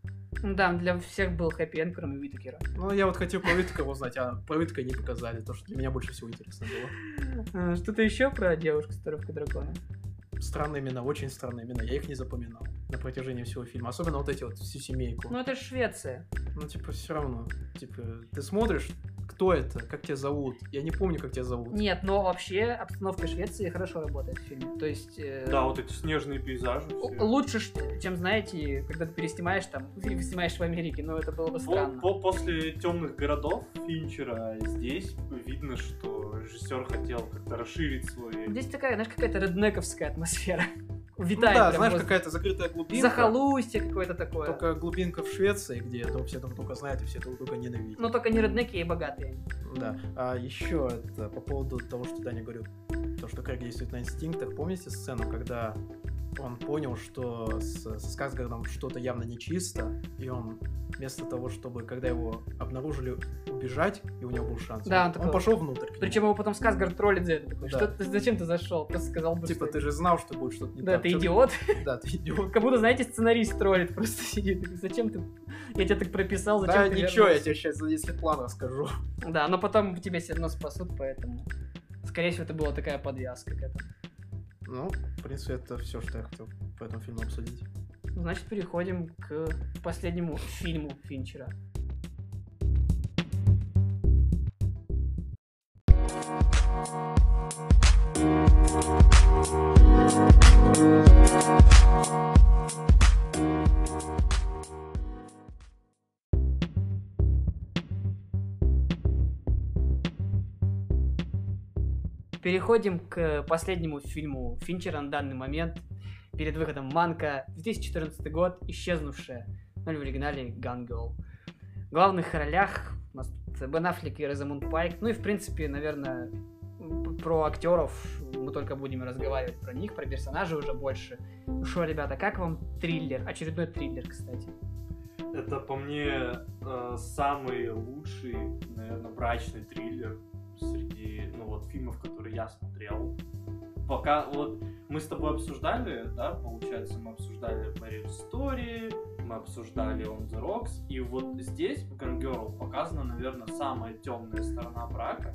Ну да, для всех был хэппи-энд, кроме Уитакера. Ну, я вот хотел про Уитакера узнать, а про Уитакера не показали. То, что для меня больше всего интересно было. Что-то еще про девушку с татуировкой дракона? Странные имена, очень странные имена. Я их не запоминал на протяжении всего фильма. Особенно вот эти вот, всю семейку. Ну, это же Швеция. Ну, типа, все равно. Типа, ты смотришь, кто это, как тебя зовут. Я не помню, как тебя зовут. Нет, но вообще обстановка Швеции хорошо работает в фильме. То есть... Э... Да, вот эти снежные пейзажи. Все. Лучше, чем, знаете, когда ты переснимаешь там, фильм снимаешь в Америке, но это было бы странно. По- по- после «Темных городов» Финчера здесь видно, что режиссер хотел как-то расширить свои... Здесь такая, знаешь, какая-то реднековская атмосфера. Витает. Ну да, знаешь, возле... какая-то закрытая глубинка. Захолустье какое-то такое. Только глубинка в Швеции, где там все друг друга знают и все друг друга ненавидят. Но только не реднеки и богатые. Да. А еще это по поводу того, что Даня говорил, то, что Крейг действует на инстинктах. Помните сцену, когда он понял, что с, с Скарсгардом что-то явно нечисто, и он вместо того, чтобы, когда его обнаружили, убежать, и у него был шанс, да, он, он, такой... он пошел внутрь. Причем его потом Скарсгард троллит за это. Такой, да. что ты, зачем ты зашел? Просто сказал бы, типа, что... ты же знал, что будет что-то не да, так. Да, ты идиот. Да, ты идиот. Как будто, знаете, сценарист троллит, просто сидит. Зачем ты... Я тебя так прописал, зачем да, ты ничего, вернулся? я тебе сейчас, если план расскажу. Да, но потом тебя все равно спасут, поэтому... Скорее всего, это была такая подвязка к этому. Ну, в принципе, это все, что я хотел по этому фильму обсудить. Значит, переходим к последнему фильму Финчера. Переходим к последнему фильму Финчера на данный момент. Перед выходом «Манка», две тысячи четырнадцатый год, «Исчезнувшая», ну или в оригинале «Gone Girl». В главных ролях у нас тут Бен Аффлек и Розамунд Пайк. Ну и, в принципе, наверное, про актеров мы только будем разговаривать, про них, про персонажей уже больше. Ну что, ребята, как вам триллер? Очередной триллер, кстати. Это, по мне, самый лучший, наверное, брачный триллер среди, ну вот, фильмов, которые я смотрел. пока вот мы с тобой обсуждали, да, получается, мы обсуждали Marriage Story, мы обсуждали On the Rocks, и вот здесь в Gone Girl показана, наверное, самая темная сторона брака,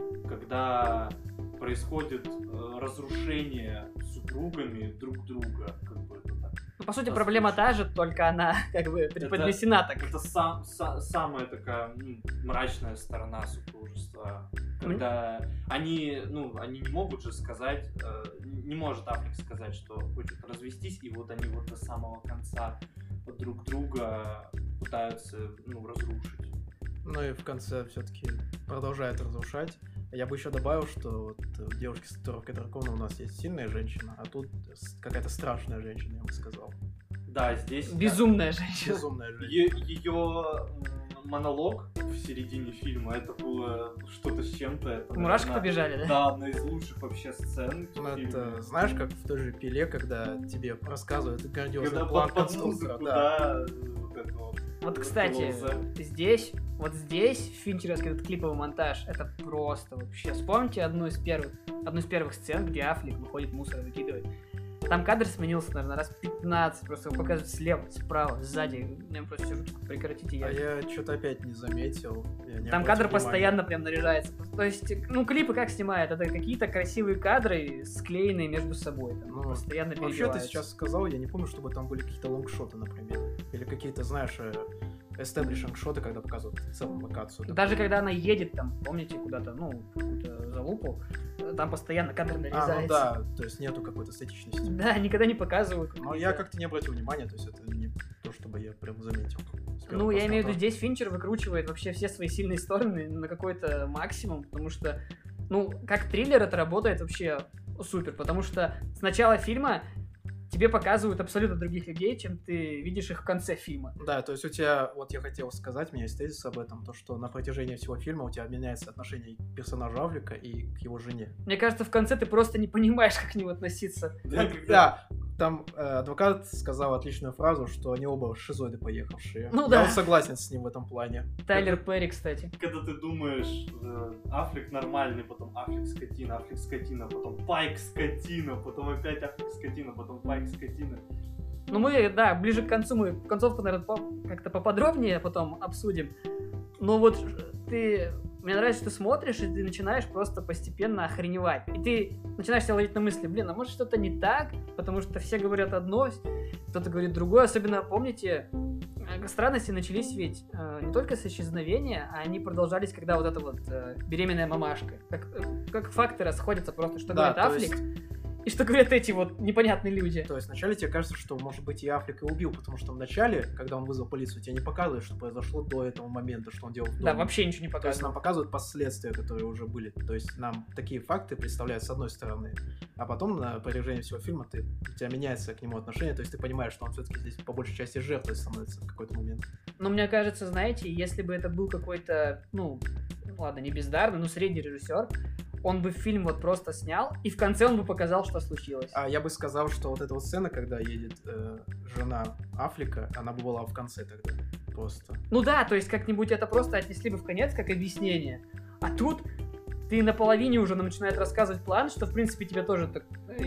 когда происходит э, разрушение супругами друг друга, как бы это так. Ну, по сути, проблема та же, только она как бы преподнесена так. Это сам, са, самая такая ну, мрачная сторона супружества, когда mm-hmm. они, ну, они не могут же сказать, э, не может Аффлек сказать, что хочет развестись, и вот они вот до самого конца друг друга пытаются, ну, разрушить. Ну и в конце все-таки продолжает разрушать. Я бы еще добавил, что вот в «Девушке с татуировкой дракона» у нас есть сильная женщина, а тут какая-то страшная женщина, я бы сказал. Да, здесь... Безумная да, женщина. Безумная женщина. Е- ее монолог в середине фильма, это было что-то с чем-то. Это, мурашки наверное, побежали, да? Да, одна из лучших вообще сцен. Ну, это, знаешь, как в той же «Пиле», когда тебе рассказывают грандиозный когда план под, под конструктора. музыку, да. да, вот это вот. Вот, кстати, здесь, вот здесь финчеровский этот клиповый монтаж, это просто вообще. Вспомните одну из первых, одну из первых сцен, где Аффлек выходит мусор выкидывать. Там кадр сменился, наверное, раз пятнадцать, просто его показывают слева, справа, сзади. Я просто сижу, прекратите. Я... А я что-то опять не заметил. Не Там кадр внимания. Постоянно прям наряжается. То есть, ну, клипы как снимают? Это какие-то красивые кадры, склеенные между собой. Там, ну, постоянно перебиваются. Вообще, ты сейчас сказал, я не помню, чтобы там были какие-то лонгшоты, например. Или какие-то, знаешь, эстеблишинг шоты, когда показывают в целом локацию. Даже когда она едет там, помните, куда-то, ну, в какую-то залупу, там постоянно кадр нарезается. А, ну да, то есть нету какой-то статичности. Да, никогда не показывают. Но я как-то не обратил внимания, то есть это не то, чтобы я прям заметил. Ну, я имею в виду, здесь Финчер выкручивает вообще все свои сильные стороны на какой-то максимум, потому что, ну, как триллер это работает вообще супер, потому что с начала фильма тебе показывают абсолютно других людей, чем ты видишь их в конце фильма. Да, то есть у тебя, вот я хотел сказать, у меня есть тезис об этом, то, что на протяжении всего фильма у тебя меняется отношение к персонажу Аффлека и к его жене. Мне кажется, в конце ты просто не понимаешь, как к нему относиться. Да, да. Там э, адвокат сказал отличную фразу, что они оба шизоиды поехавшие. Ну, я да. вот согласен с ним в этом плане. Тайлер Перри, кстати. Когда ты думаешь, э, Аффлек нормальный, потом Аффлек скотина, Аффлек скотина, потом Пайк скотина, потом опять Аффлек скотина, потом Пайк скотина. Ну мы, да, ближе к концу мы концовку, наверное, по- как-то поподробнее потом обсудим. Но вот ты... Мне нравится, что ты смотришь, и ты начинаешь просто постепенно охреневать. И ты начинаешь себя ловить на мысли, блин, а может что-то не так? Потому что все говорят одно, кто-то говорит другое. Особенно, помните, странности начались ведь э, не только с исчезновения, а они продолжались, когда вот эта вот э, беременная мамашка. Как, э, как факты расходятся просто, что да, говорит Аффлек. Есть... И что говорят эти вот непонятные люди. То есть вначале тебе кажется, что, может быть, и Аффлек и убил, потому что вначале, когда он вызвал полицию, тебе не показывают, что произошло до этого момента, что он делал в доме. Да, вообще ничего не показывают. То есть нам показывают последствия, которые уже были. То есть нам такие факты представляют с одной стороны, а потом на протяжении всего фильма ты, у тебя меняется к нему отношение, то есть ты понимаешь, что он все-таки здесь по большей части жертвой становится в какой-то момент. Но мне кажется, знаете, если бы это был какой-то, ну, ладно, не бездарный, но средний режиссер, он бы фильм вот просто снял, и в конце он бы показал, что случилось. А я бы сказал, что вот эта вот сцена, когда едет э, жена Аффлека, она бы была в конце тогда. Просто. Ну да, то есть как-нибудь это просто отнесли бы в конец, как объяснение. А тут ты наполовине уже начинает рассказывать план, что в принципе тебе тоже так...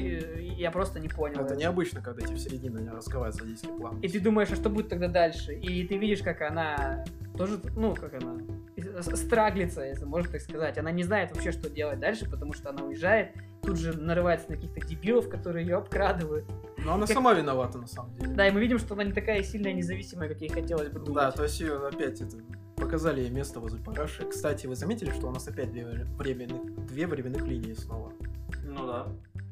Я просто не понял. Это необычно, когда тебе в середине раскрывают злодейский план. И ты думаешь, а что будет тогда дальше? И ты видишь, как она тоже, ну, как она страглится, если можно так сказать. Она не знает вообще, что делать дальше, потому что она уезжает, тут же нарывается на каких-то дебилов, которые ее обкрадывают. Но она как... сама виновата, на самом деле. Да, и мы видим, что она не такая сильная и независимая, как ей хотелось бы думать. Да, то есть ее опять это... Показали ей место возле параши. Кстати, вы заметили, что у нас опять две временных, две временных линии снова? Ну да.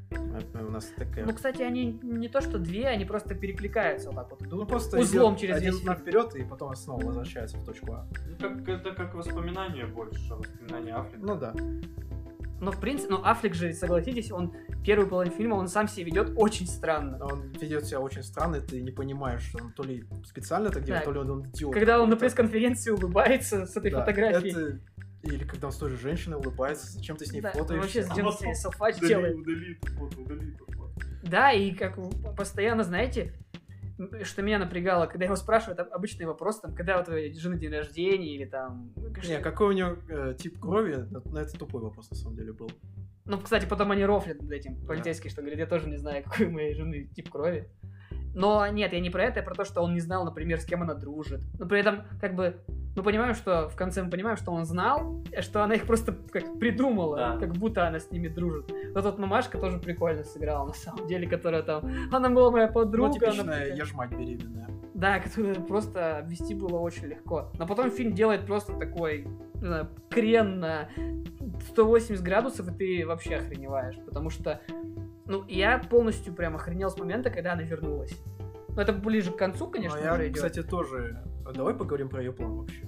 У нас такая... Ну, кстати, они не то что две, они просто перекликаются вот так вот. Ну, просто узлом через один весь фильм вперед, и потом снова возвращается в точку А. Ну, как, это как воспоминание больше, воспоминание Аффлека. Ну да. Но в принципе, ну Аффлек же, согласитесь, он первую половину фильма, он сам себя ведет очень странно. Он ведет себя очень странно, ты не понимаешь, что он то ли специально так делает, да. то ли он идиот. Когда он на пресс-конференции улыбается с этой да, фотографией. Это... Или когда он с той же женщиной улыбается, зачем ты с ней да, фотоешься? Вообще, зачем а ты с ней селфач удали, делаешь? Удали эту фото, удали эту фото. Да, и как постоянно, знаете, что меня напрягало, когда его спрашивают обычные вопросы, там, когда у твоей жены день рождения, или там... Не, какой у него э, тип крови, на это тупой вопрос на самом деле был. Ну, кстати, потом они рофлят над этим, полицейский, что говорит, я тоже не знаю, какой у моей жены тип крови. Но нет, я не про это, я про то, что он не знал, например, с кем она дружит. Но при этом, как бы, мы понимаем, что в конце мы понимаем, что он знал, что она их просто как придумала, Да. как будто она с ними дружит. Вот эта мамашка тоже прикольно сыграла, на самом деле, которая там, она была моя подруга. Ну, типичная, она такая- я ж мать беременная. Да, которую просто обвести было очень легко. Но потом фильм делает просто такой, не знаю, крен на сто восемьдесят градусов, и ты вообще охреневаешь. Потому что, ну, я полностью прям охренел с момента, когда она вернулась. Ну, это ближе к концу, конечно, Ну, я, уже идет. кстати, тоже... А давай поговорим про ее план вообще.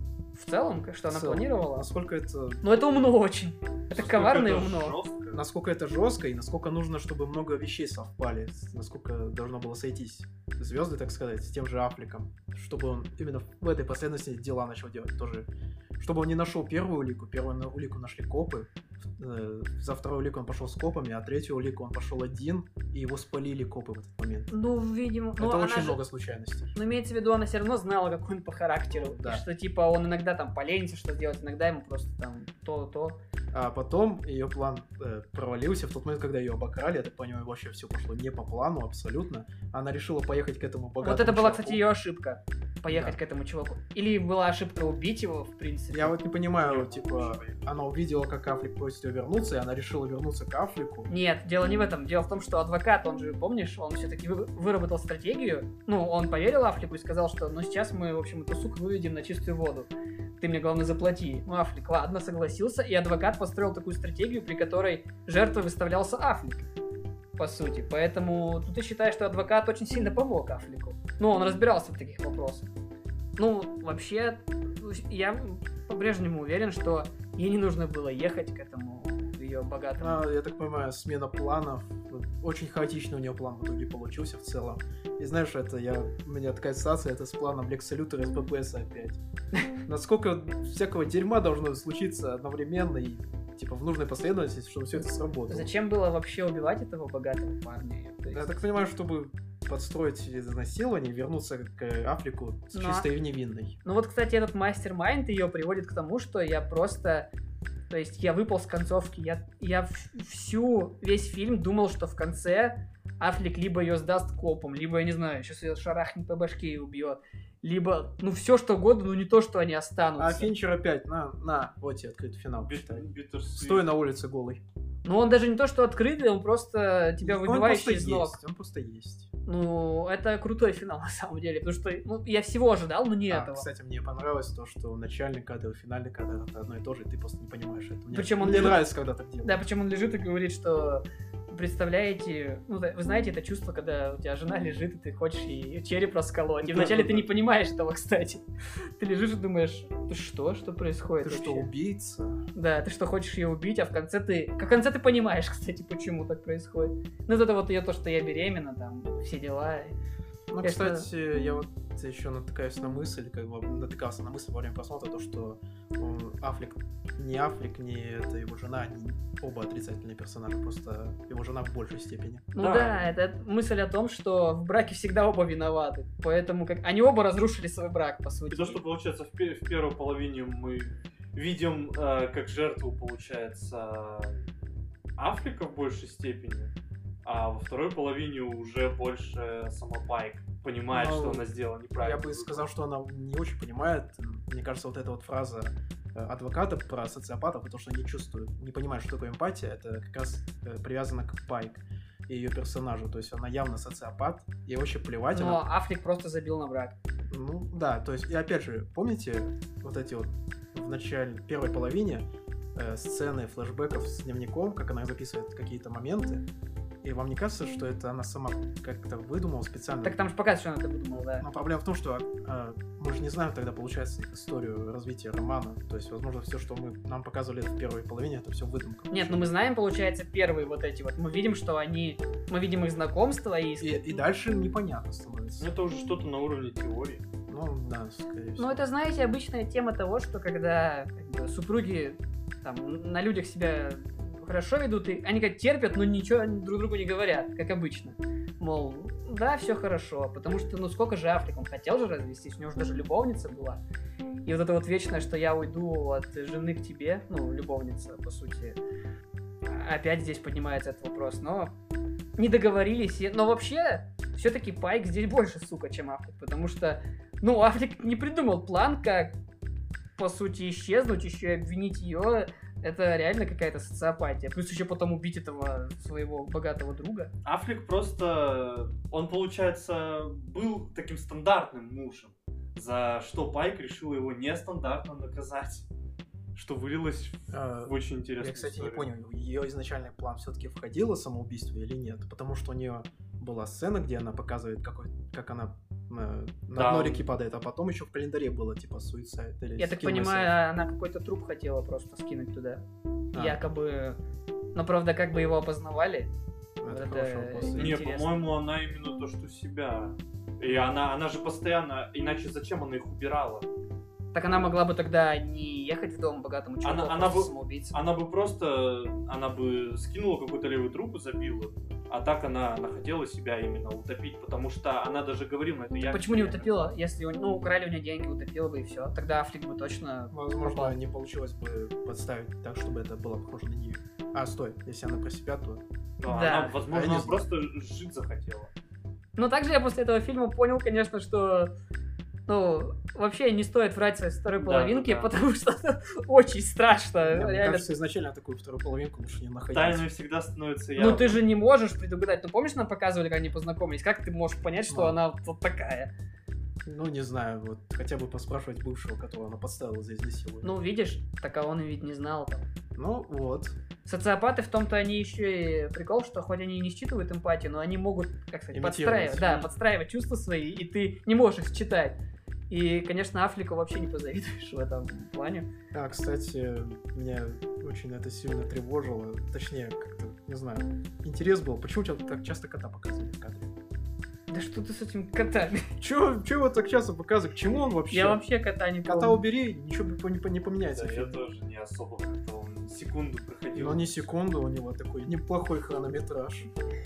В целом, что она В целом, планировала. Насколько это... Но это умно очень. Это Насколько коварно и это умно. жестко. Насколько это жестко и насколько нужно, чтобы много вещей совпали. Насколько должно было сойтись звезды, так сказать, с тем же Аффлеком. Чтобы он именно в этой последовательности дела начал делать тоже. Чтобы он не нашел первую улику. Первую на- улику нашли копы. Э, За вторую улику он пошел с копами, а третью улику он пошел один, и его спалили копы в этот момент. Ну, видимо... ну, это она очень же- много случайностей. Но имеется в виду, она все равно знала, какой он по характеру. Да. И что, типа, он иногда там поленится что делать, иногда ему просто там то-то. А потом ее план э, провалился в тот момент, когда ее обокрали. Я так понимаю, вообще все пошло не по плану абсолютно. Она решила поехать к этому богатому Вот это была, чуваку. кстати, ее ошибка. Поехать Да. к этому чуваку. Или была ошибка убить его, в принципе. Я вот не понимаю, Нет, типа, лучше. она увидела, как Аффлек просит ее вернуться, и она решила вернуться к Аффлеку. Нет, дело не в этом. Дело в том, что адвокат, он же, помнишь, он все-таки выработал стратегию. Ну, он поверил Аффлеку и сказал, что ну сейчас мы, в общем, эту суку выведем на чистую воду. Ты мне, главное, заплати. Ну, Аффлек, ладно, согласился. И адвокат построил такую стратегию, при которой жертвой выставлялся Аффлек. По сути. Поэтому тут я считаю, что адвокат очень сильно помог Аффлеку. Ну, он разбирался в таких вопросах. Ну, вообще, я по-прежнему уверен, что ей не нужно было ехать к этому ее богатому. А, я так понимаю, смена планов. Вот, очень хаотично у нее план в итоге получился в целом. И знаешь, это я, у меня такая ассоциация, это с планом Лекса Лютера из БПС опять. Насколько всякого дерьма должно случиться одновременно и типа в нужной последовательности, чтобы все это сработало. Зачем было вообще убивать этого богатого парня? То Я есть- так понимаю, чтобы подстроить изнасилование, вернуться к Африку с Ну, а- чистой и невинной. Ну вот, кстати, этот мастер-майнд ее приводит к тому, что я просто... То есть я выпал с концовки, я, я в- всю, весь фильм думал, что в конце Аффлек либо ее сдаст копам, либо, я не знаю, сейчас ее шарахнет по башке и убьет, либо, ну, все что угодно, но не то, что они останутся. А Финчер опять, на, на, вот тебе открытый финал, Бит- читай. Bittersweet. Стой на улице голый. Но он даже не то, что открытый, он просто тебя Он выбивающий просто из ног. есть, он просто есть. Ну, это крутой финал, на самом деле, потому что, ну, я всего ожидал, но не А, этого. кстати, мне понравилось то, что начальный кадр и финальный кадр это одно и то же, и ты просто не понимаешь это. Мне, Причем он мне лежит- нравится, когда так делают. Да, причем он лежит и говорит, что представляете, ну, да, вы знаете это чувство, когда у тебя жена лежит, и ты хочешь ей череп расколоть. И вначале ты не понимаешь этого, кстати. Ты лежишь и думаешь, ты что, что происходит Ты что, вообще? убийца? Да, ты что, хочешь ее убить, а в конце ты... В конце ты понимаешь, кстати, почему так происходит. Ну, это вот ее то, что я беременна, там, все дела. Ну, Конечно. кстати, я вот еще натыкаюсь на мысль, как бы натыкался на мысль во время просмотра, то, что он, Аффлек, не Аффлек, не это его жена, они оба отрицательные персонажи, просто его жена в большей степени. Ну Да. да, это мысль о том, что в браке всегда оба виноваты. Поэтому как они оба разрушили свой брак, по сути. И то, что получается в, пе- в первой половине мы видим, э, как жертву получается Африка в большей степени, а во второй половине уже больше сама Пайк понимает, Ну, что она сделала неправильно. Я бы сказал, что она не очень понимает. Мне кажется, вот эта вот фраза э, адвоката про социопатов, и то, что они чувствуют, не понимают, что такое эмпатия, это как раз э, привязано к Пайк и ее персонажу. То есть она явно социопат, ей вообще плевать. Но Она... Аффлек просто забил на брак. Ну, да, то есть, и опять же, помните вот эти вот в начале, первой половине э, сцены флешбеков с дневником, как она записывает какие-то моменты, и вам не кажется, что это она сама как-то выдумала специально? Так там же показывает, что она это выдумала, да. Но проблема в том, что э, мы же не знаем тогда, получается, их историю развития романа. То есть, возможно, все, что мы нам показывали в первой половине, это все выдумка. Нет, ну мы знаем, получается, первые вот эти вот. Мы видим, что они... Мы видим их знакомство и... И, и дальше непонятно становится. Ну, это уже что-то на уровне теории. Ну, да, скорее всего. Ну, это, знаете, обычная тема того, что когда как бы, супруги там, на людях себя хорошо ведут, и они как терпят, но ничего друг другу не говорят, как обычно. Мол, да, все хорошо, потому что, ну, сколько же Аффлек, он хотел же развестись, у него же даже любовница была. И вот это вот вечное, что я уйду от жены к тебе, ну, любовница, по сути, опять здесь поднимается этот вопрос, но не договорились. И... Но вообще, все-таки Пайк здесь больше, сука, чем Аффлек, потому что, ну, Аффлек не придумал план, как, по сути, исчезнуть, еще и обвинить ее. Это реально какая-то социопатия. Плюс еще потом убить этого своего богатого друга. Аффлек просто, он, получается, был таким стандартным мужем, за что Пайк решил его нестандартно наказать. Что вылилось А, в очень интересную Я, кстати, историю. не понял, ее изначальный план все-таки входило самоубийство или нет? Потому что у нее была сцена, где она показывает, какой, как она э, на Да. дно реки падает, а потом еще в календаре было типа суицид или Я так kill myself. понимаю, она какой-то труп хотела просто скинуть туда. А. Якобы... Но, правда, как бы его опознавали. Это это хороший вопрос. Не, интересно. по-моему, она именно то, что себя. И она, она же постоянно, иначе зачем она их убирала? Так она могла бы тогда не ехать в дом богатому чуваку, Она- а она просто бы- самоубийца. Она бы просто, она бы скинула какую-то левую труп и забила. А так она, она хотела себя именно утопить, потому что она даже говорила, это я... Почему не утопила? Если у- ну, украли у нее деньги, утопила бы и все. Тогда Аффлек бы точно... Возможно, попал. не получилось бы подставить так, чтобы это было похоже на нее. А, стой, если она про себя, то... Да, Да. она, возможно, Я не она знаю. просто жить захотела. Но также я после этого фильма понял, конечно, что... Ну, вообще не стоит врать своей второй Да, половинке, да, да. потому что очень страшно. Мне реально. кажется, изначально такую вторую половинку лучше не находить. Тайной всегда становится явно. Ну ты же не можешь предугадать. Ну помнишь, нам показывали, как они познакомились? Как ты можешь понять, что Ну. она вот такая? Ну, не знаю, вот хотя бы поспрашивать бывшего, которого она подставила за изнасилование. Ну, видишь, так а он ведь не знал там. Ну, вот. Социопаты в том-то они еще и прикол, что хоть они и не считывают эмпатию, но они могут, как сказать, Имитировать. подстраивать, да, Мгм. подстраивать чувства свои, и ты не можешь их считать. И, конечно, Аффлеку вообще не позавидуешь в этом плане. А, кстати, меня очень это сильно тревожило. Точнее, как-то, не знаю, интерес был. Почему у тебя так часто кота показывали в кадре? Да что ты с этими котами? Чего, чего его так часто показывают? К чему он вообще? Я вообще кота не Кота помню. убери, ничего не, по- не, по- не поменяется. Да, в я фильме. тоже не особо как-то он секунду проходил. Но не секунду, у него такой неплохой хронометраж.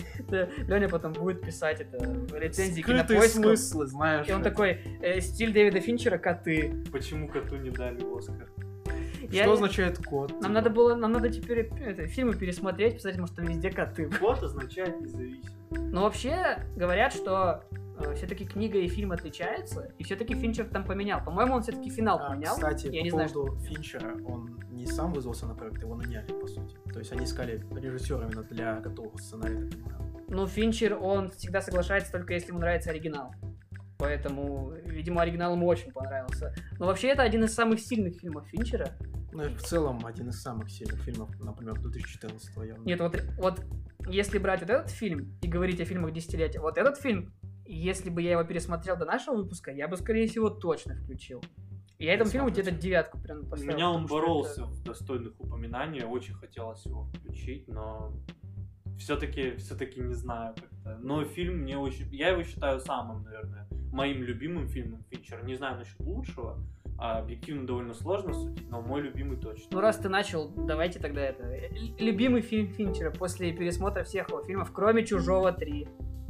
Леня потом будет писать это в рецензии Скрытые Кинопоиска. смыслы, знаешь. И он такой, э, стиль Дэвида Финчера коты. Почему коту не дали Оскар? Что Я- означает кот? Нам типа? надо было, нам надо теперь это, фильмы пересмотреть, посмотреть, может там везде коты. Кот означает независимый. Но вообще говорят, что э, все-таки книга и фильм отличаются, и все-таки Финчер там поменял. По-моему, он все-таки финал А, поменял. кстати, Я по не знаю, поводу Финчера, он не сам вызвался на проект, его наняли, по сути. То есть они искали режиссера именно для готового сценария, так понимаю. Ну, Финчер, он всегда соглашается только если ему нравится оригинал. Поэтому, видимо, оригинал ему очень понравился. Но вообще это один из самых сильных фильмов Финчера. Ну и в целом один из самых сильных фильмов, например, две тысячи четырнадцатого явно. Нет, вот, вот если брать вот этот фильм и говорить о фильмах десятилетия, вот этот фильм, если бы я его пересмотрел до нашего выпуска, я бы, скорее всего, точно включил. И я этому фильму Смотрите. где-то девятку прям У поставил. меня он потому что боролся это- в достойных упоминаний, очень хотелось его включить, но все-таки, все-таки не знаю как-то. Но фильм мне очень, я его считаю самым, наверное, моим любимым фильмом Финчера. Не знаю насчет лучшего, а объективно довольно сложно судить, но мой любимый точно. Ну, раз ты начал, давайте тогда это. Л- Любимый фильм Финчера после пересмотра всех его фильмов, кроме «Чужого три».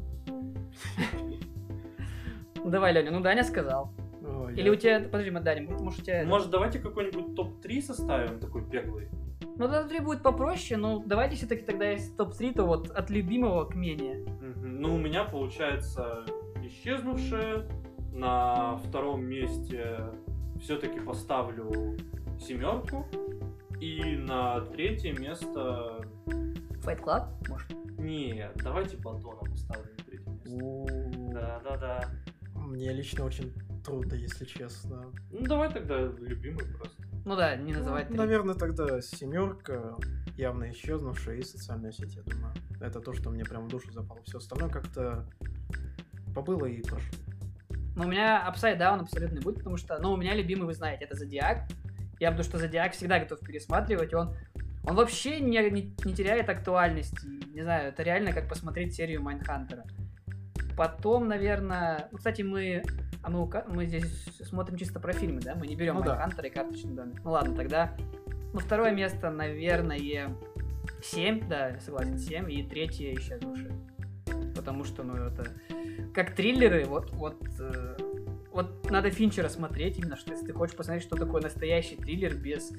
Ну, давай, Леня, ну Даня сказал. Ой, Или я- у тебя, подожди, мы, Даня, может у тебя... Может, давайте какой-нибудь топ три составим, такой беглый? Ну, топ три будет попроще, но давайте все-таки тогда если топ три, то вот от любимого к менее. Мгм. Ну, у меня получается «Исчезнувшая». На втором месте все-таки поставлю «Семерку». И на третье место... Fight Club, может? Нет, давайте «Батона» поставлю на третье место. У- Да-да-да. Мне лично очень трудно, если честно. Ну, давай тогда любимый просто. Ну да, не называть Ну, три. наверное, тогда семерка, явно исчезнувшая, и социальная сеть, я думаю. Это то, что мне прям в душу запало. Все остальное как-то побыло и прошло. Но у меня Upside Down абсолютно не будет, потому что, ну, у меня любимый, вы знаете, это Зодиак. Я потому что Зодиак всегда готов пересматривать, он, он вообще не, не, не теряет актуальности. Не знаю, это реально как посмотреть серию Майндхантера. Потом, наверное, ну, кстати, мы, а мы, ука- мы здесь смотрим чисто про фильмы, да? Мы не берем Ну да. Майндхантера и карточный домик. Ну ладно, тогда, ну, второе место, наверное, семь, да, я согласен, семь, и третье «Исчезнувшее». Потому что, ну, это как триллеры, вот, вот, э, вот надо Финчера смотреть, именно что если ты хочешь посмотреть, что такое настоящий триллер без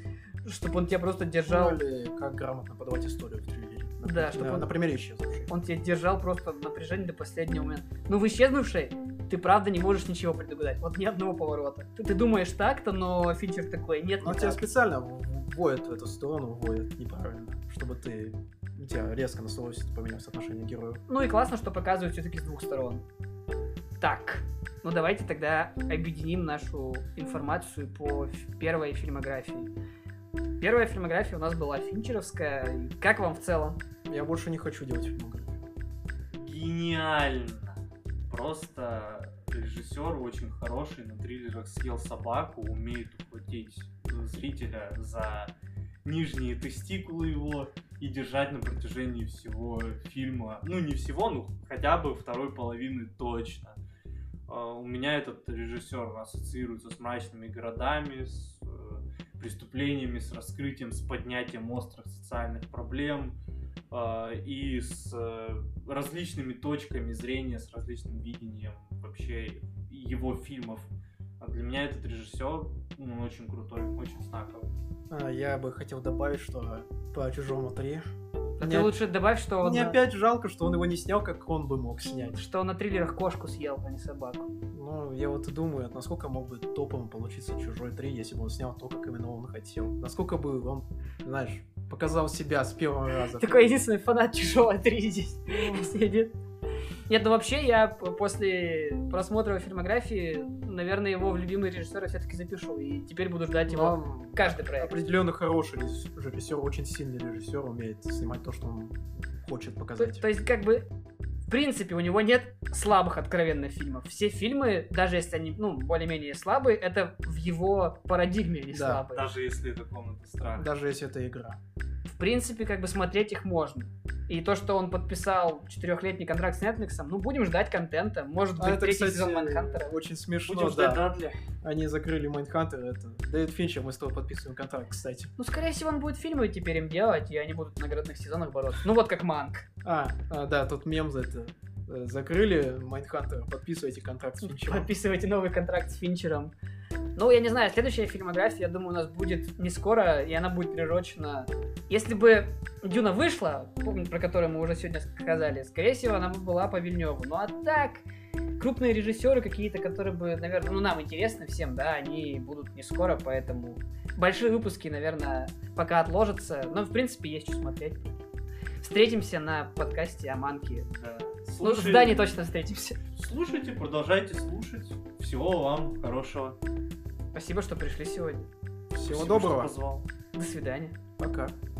чтобы он тебя просто держал... Ну, или как грамотно подавать историю в триллере. Да, чтобы на, он... на примере исчезнувшей. Он тебя держал просто в напряжении до последнего момента. Ну, в исчезнувшей ты правда не можешь ничего предугадать. Вот ни одного поворота. Ты, ты думаешь так-то, но Финчер такой, нет, Но не тебя так. специально вводят в эту сторону, вводят неправильно, чтобы ты... У тебя резко настроилось, поменялось отношение к герою. Ну и классно, что показывают все-таки с двух сторон. Так, ну давайте тогда объединим нашу информацию по ф- первой фильмографии. Первая фильмография у нас была финчеровская. Как вам в целом? Я больше не хочу делать фильмографию. Гениально. Просто режиссер очень хороший, на триллерах съел собаку, умеет ухватить зрителя за нижние тестикулы его и держать на протяжении всего фильма. Ну, не всего, ну, хотя бы второй половины точно. Uh, у меня этот режиссер ассоциируется с мрачными городами, с uh, преступлениями, с раскрытием, с поднятием острых социальных проблем uh, и с uh, различными точками зрения, с различным видением вообще его фильмов. А для меня этот режиссер, ну, он очень крутой, очень знаковый. А, я бы хотел добавить, что по «Чужому три». А Мне, ты лучше добавь, что он, мне на... опять жалко, что он его не снял, как он бы мог снять. что он на триллерах кошку съел, а не собаку. Ну, я вот и думаю, насколько мог бы топовым получиться «Чужой три», если бы он снял то, как именно он хотел. Насколько бы он, знаешь, показал себя с первого раза. Такой единственный фанат Чужого три здесь сидит. Нет, ну вообще я п- после просмотра фильмографии, наверное, его в любимые режиссеры все-таки запишу. И теперь буду ждать его Но каждый проект. определенно хороший режиссер, очень сильный режиссер, умеет снимать то, что он хочет То, показать. то есть, как бы, в принципе, у него нет слабых откровенно фильмов. Все фильмы, даже если они, ну, более-менее слабые, это в его парадигме они Да, слабые. Даже если это комната страха. Даже если это игра. В принципе, как бы смотреть их можно. И то, что он подписал четырехлетний контракт с Netflix, ну, будем ждать контента. Может быть, А это, третий кстати, сезон Майнхантера. очень смешно, Будем да. ждать Дадли. Они закрыли Майнхантер, это... Дэвид Финчер, мы с тобой подписываем контракт, кстати. Ну, скорее всего, он будет фильмы теперь им делать, и они будут в наградных сезонах бороться. Ну, вот как Манк. А, а, да, тут мем за это. Э, Закрыли Майнхантер, подписывайте контракт с Финчером. Подписывайте новый контракт с Финчером. Ну, я не знаю, следующая фильмография, я думаю, у нас будет не скоро, и она будет приурочена. Если бы Дюна вышла, помните, про которую мы уже сегодня сказали, скорее всего, она бы была по Вильнёву. Ну, а так, крупные режиссеры какие-то, которые бы, наверное, ну, нам интересны всем, да, они будут не скоро, поэтому большие выпуски, наверное, пока отложатся. Но, в принципе, есть что смотреть. Встретимся на подкасте о Манке. Да. Ну, в Слушай- здании точно встретимся. Слушайте, продолжайте слушать. Всего вам хорошего. Спасибо, что пришли сегодня. Всего Спасибо, доброго. что позвал. До свидания. Пока.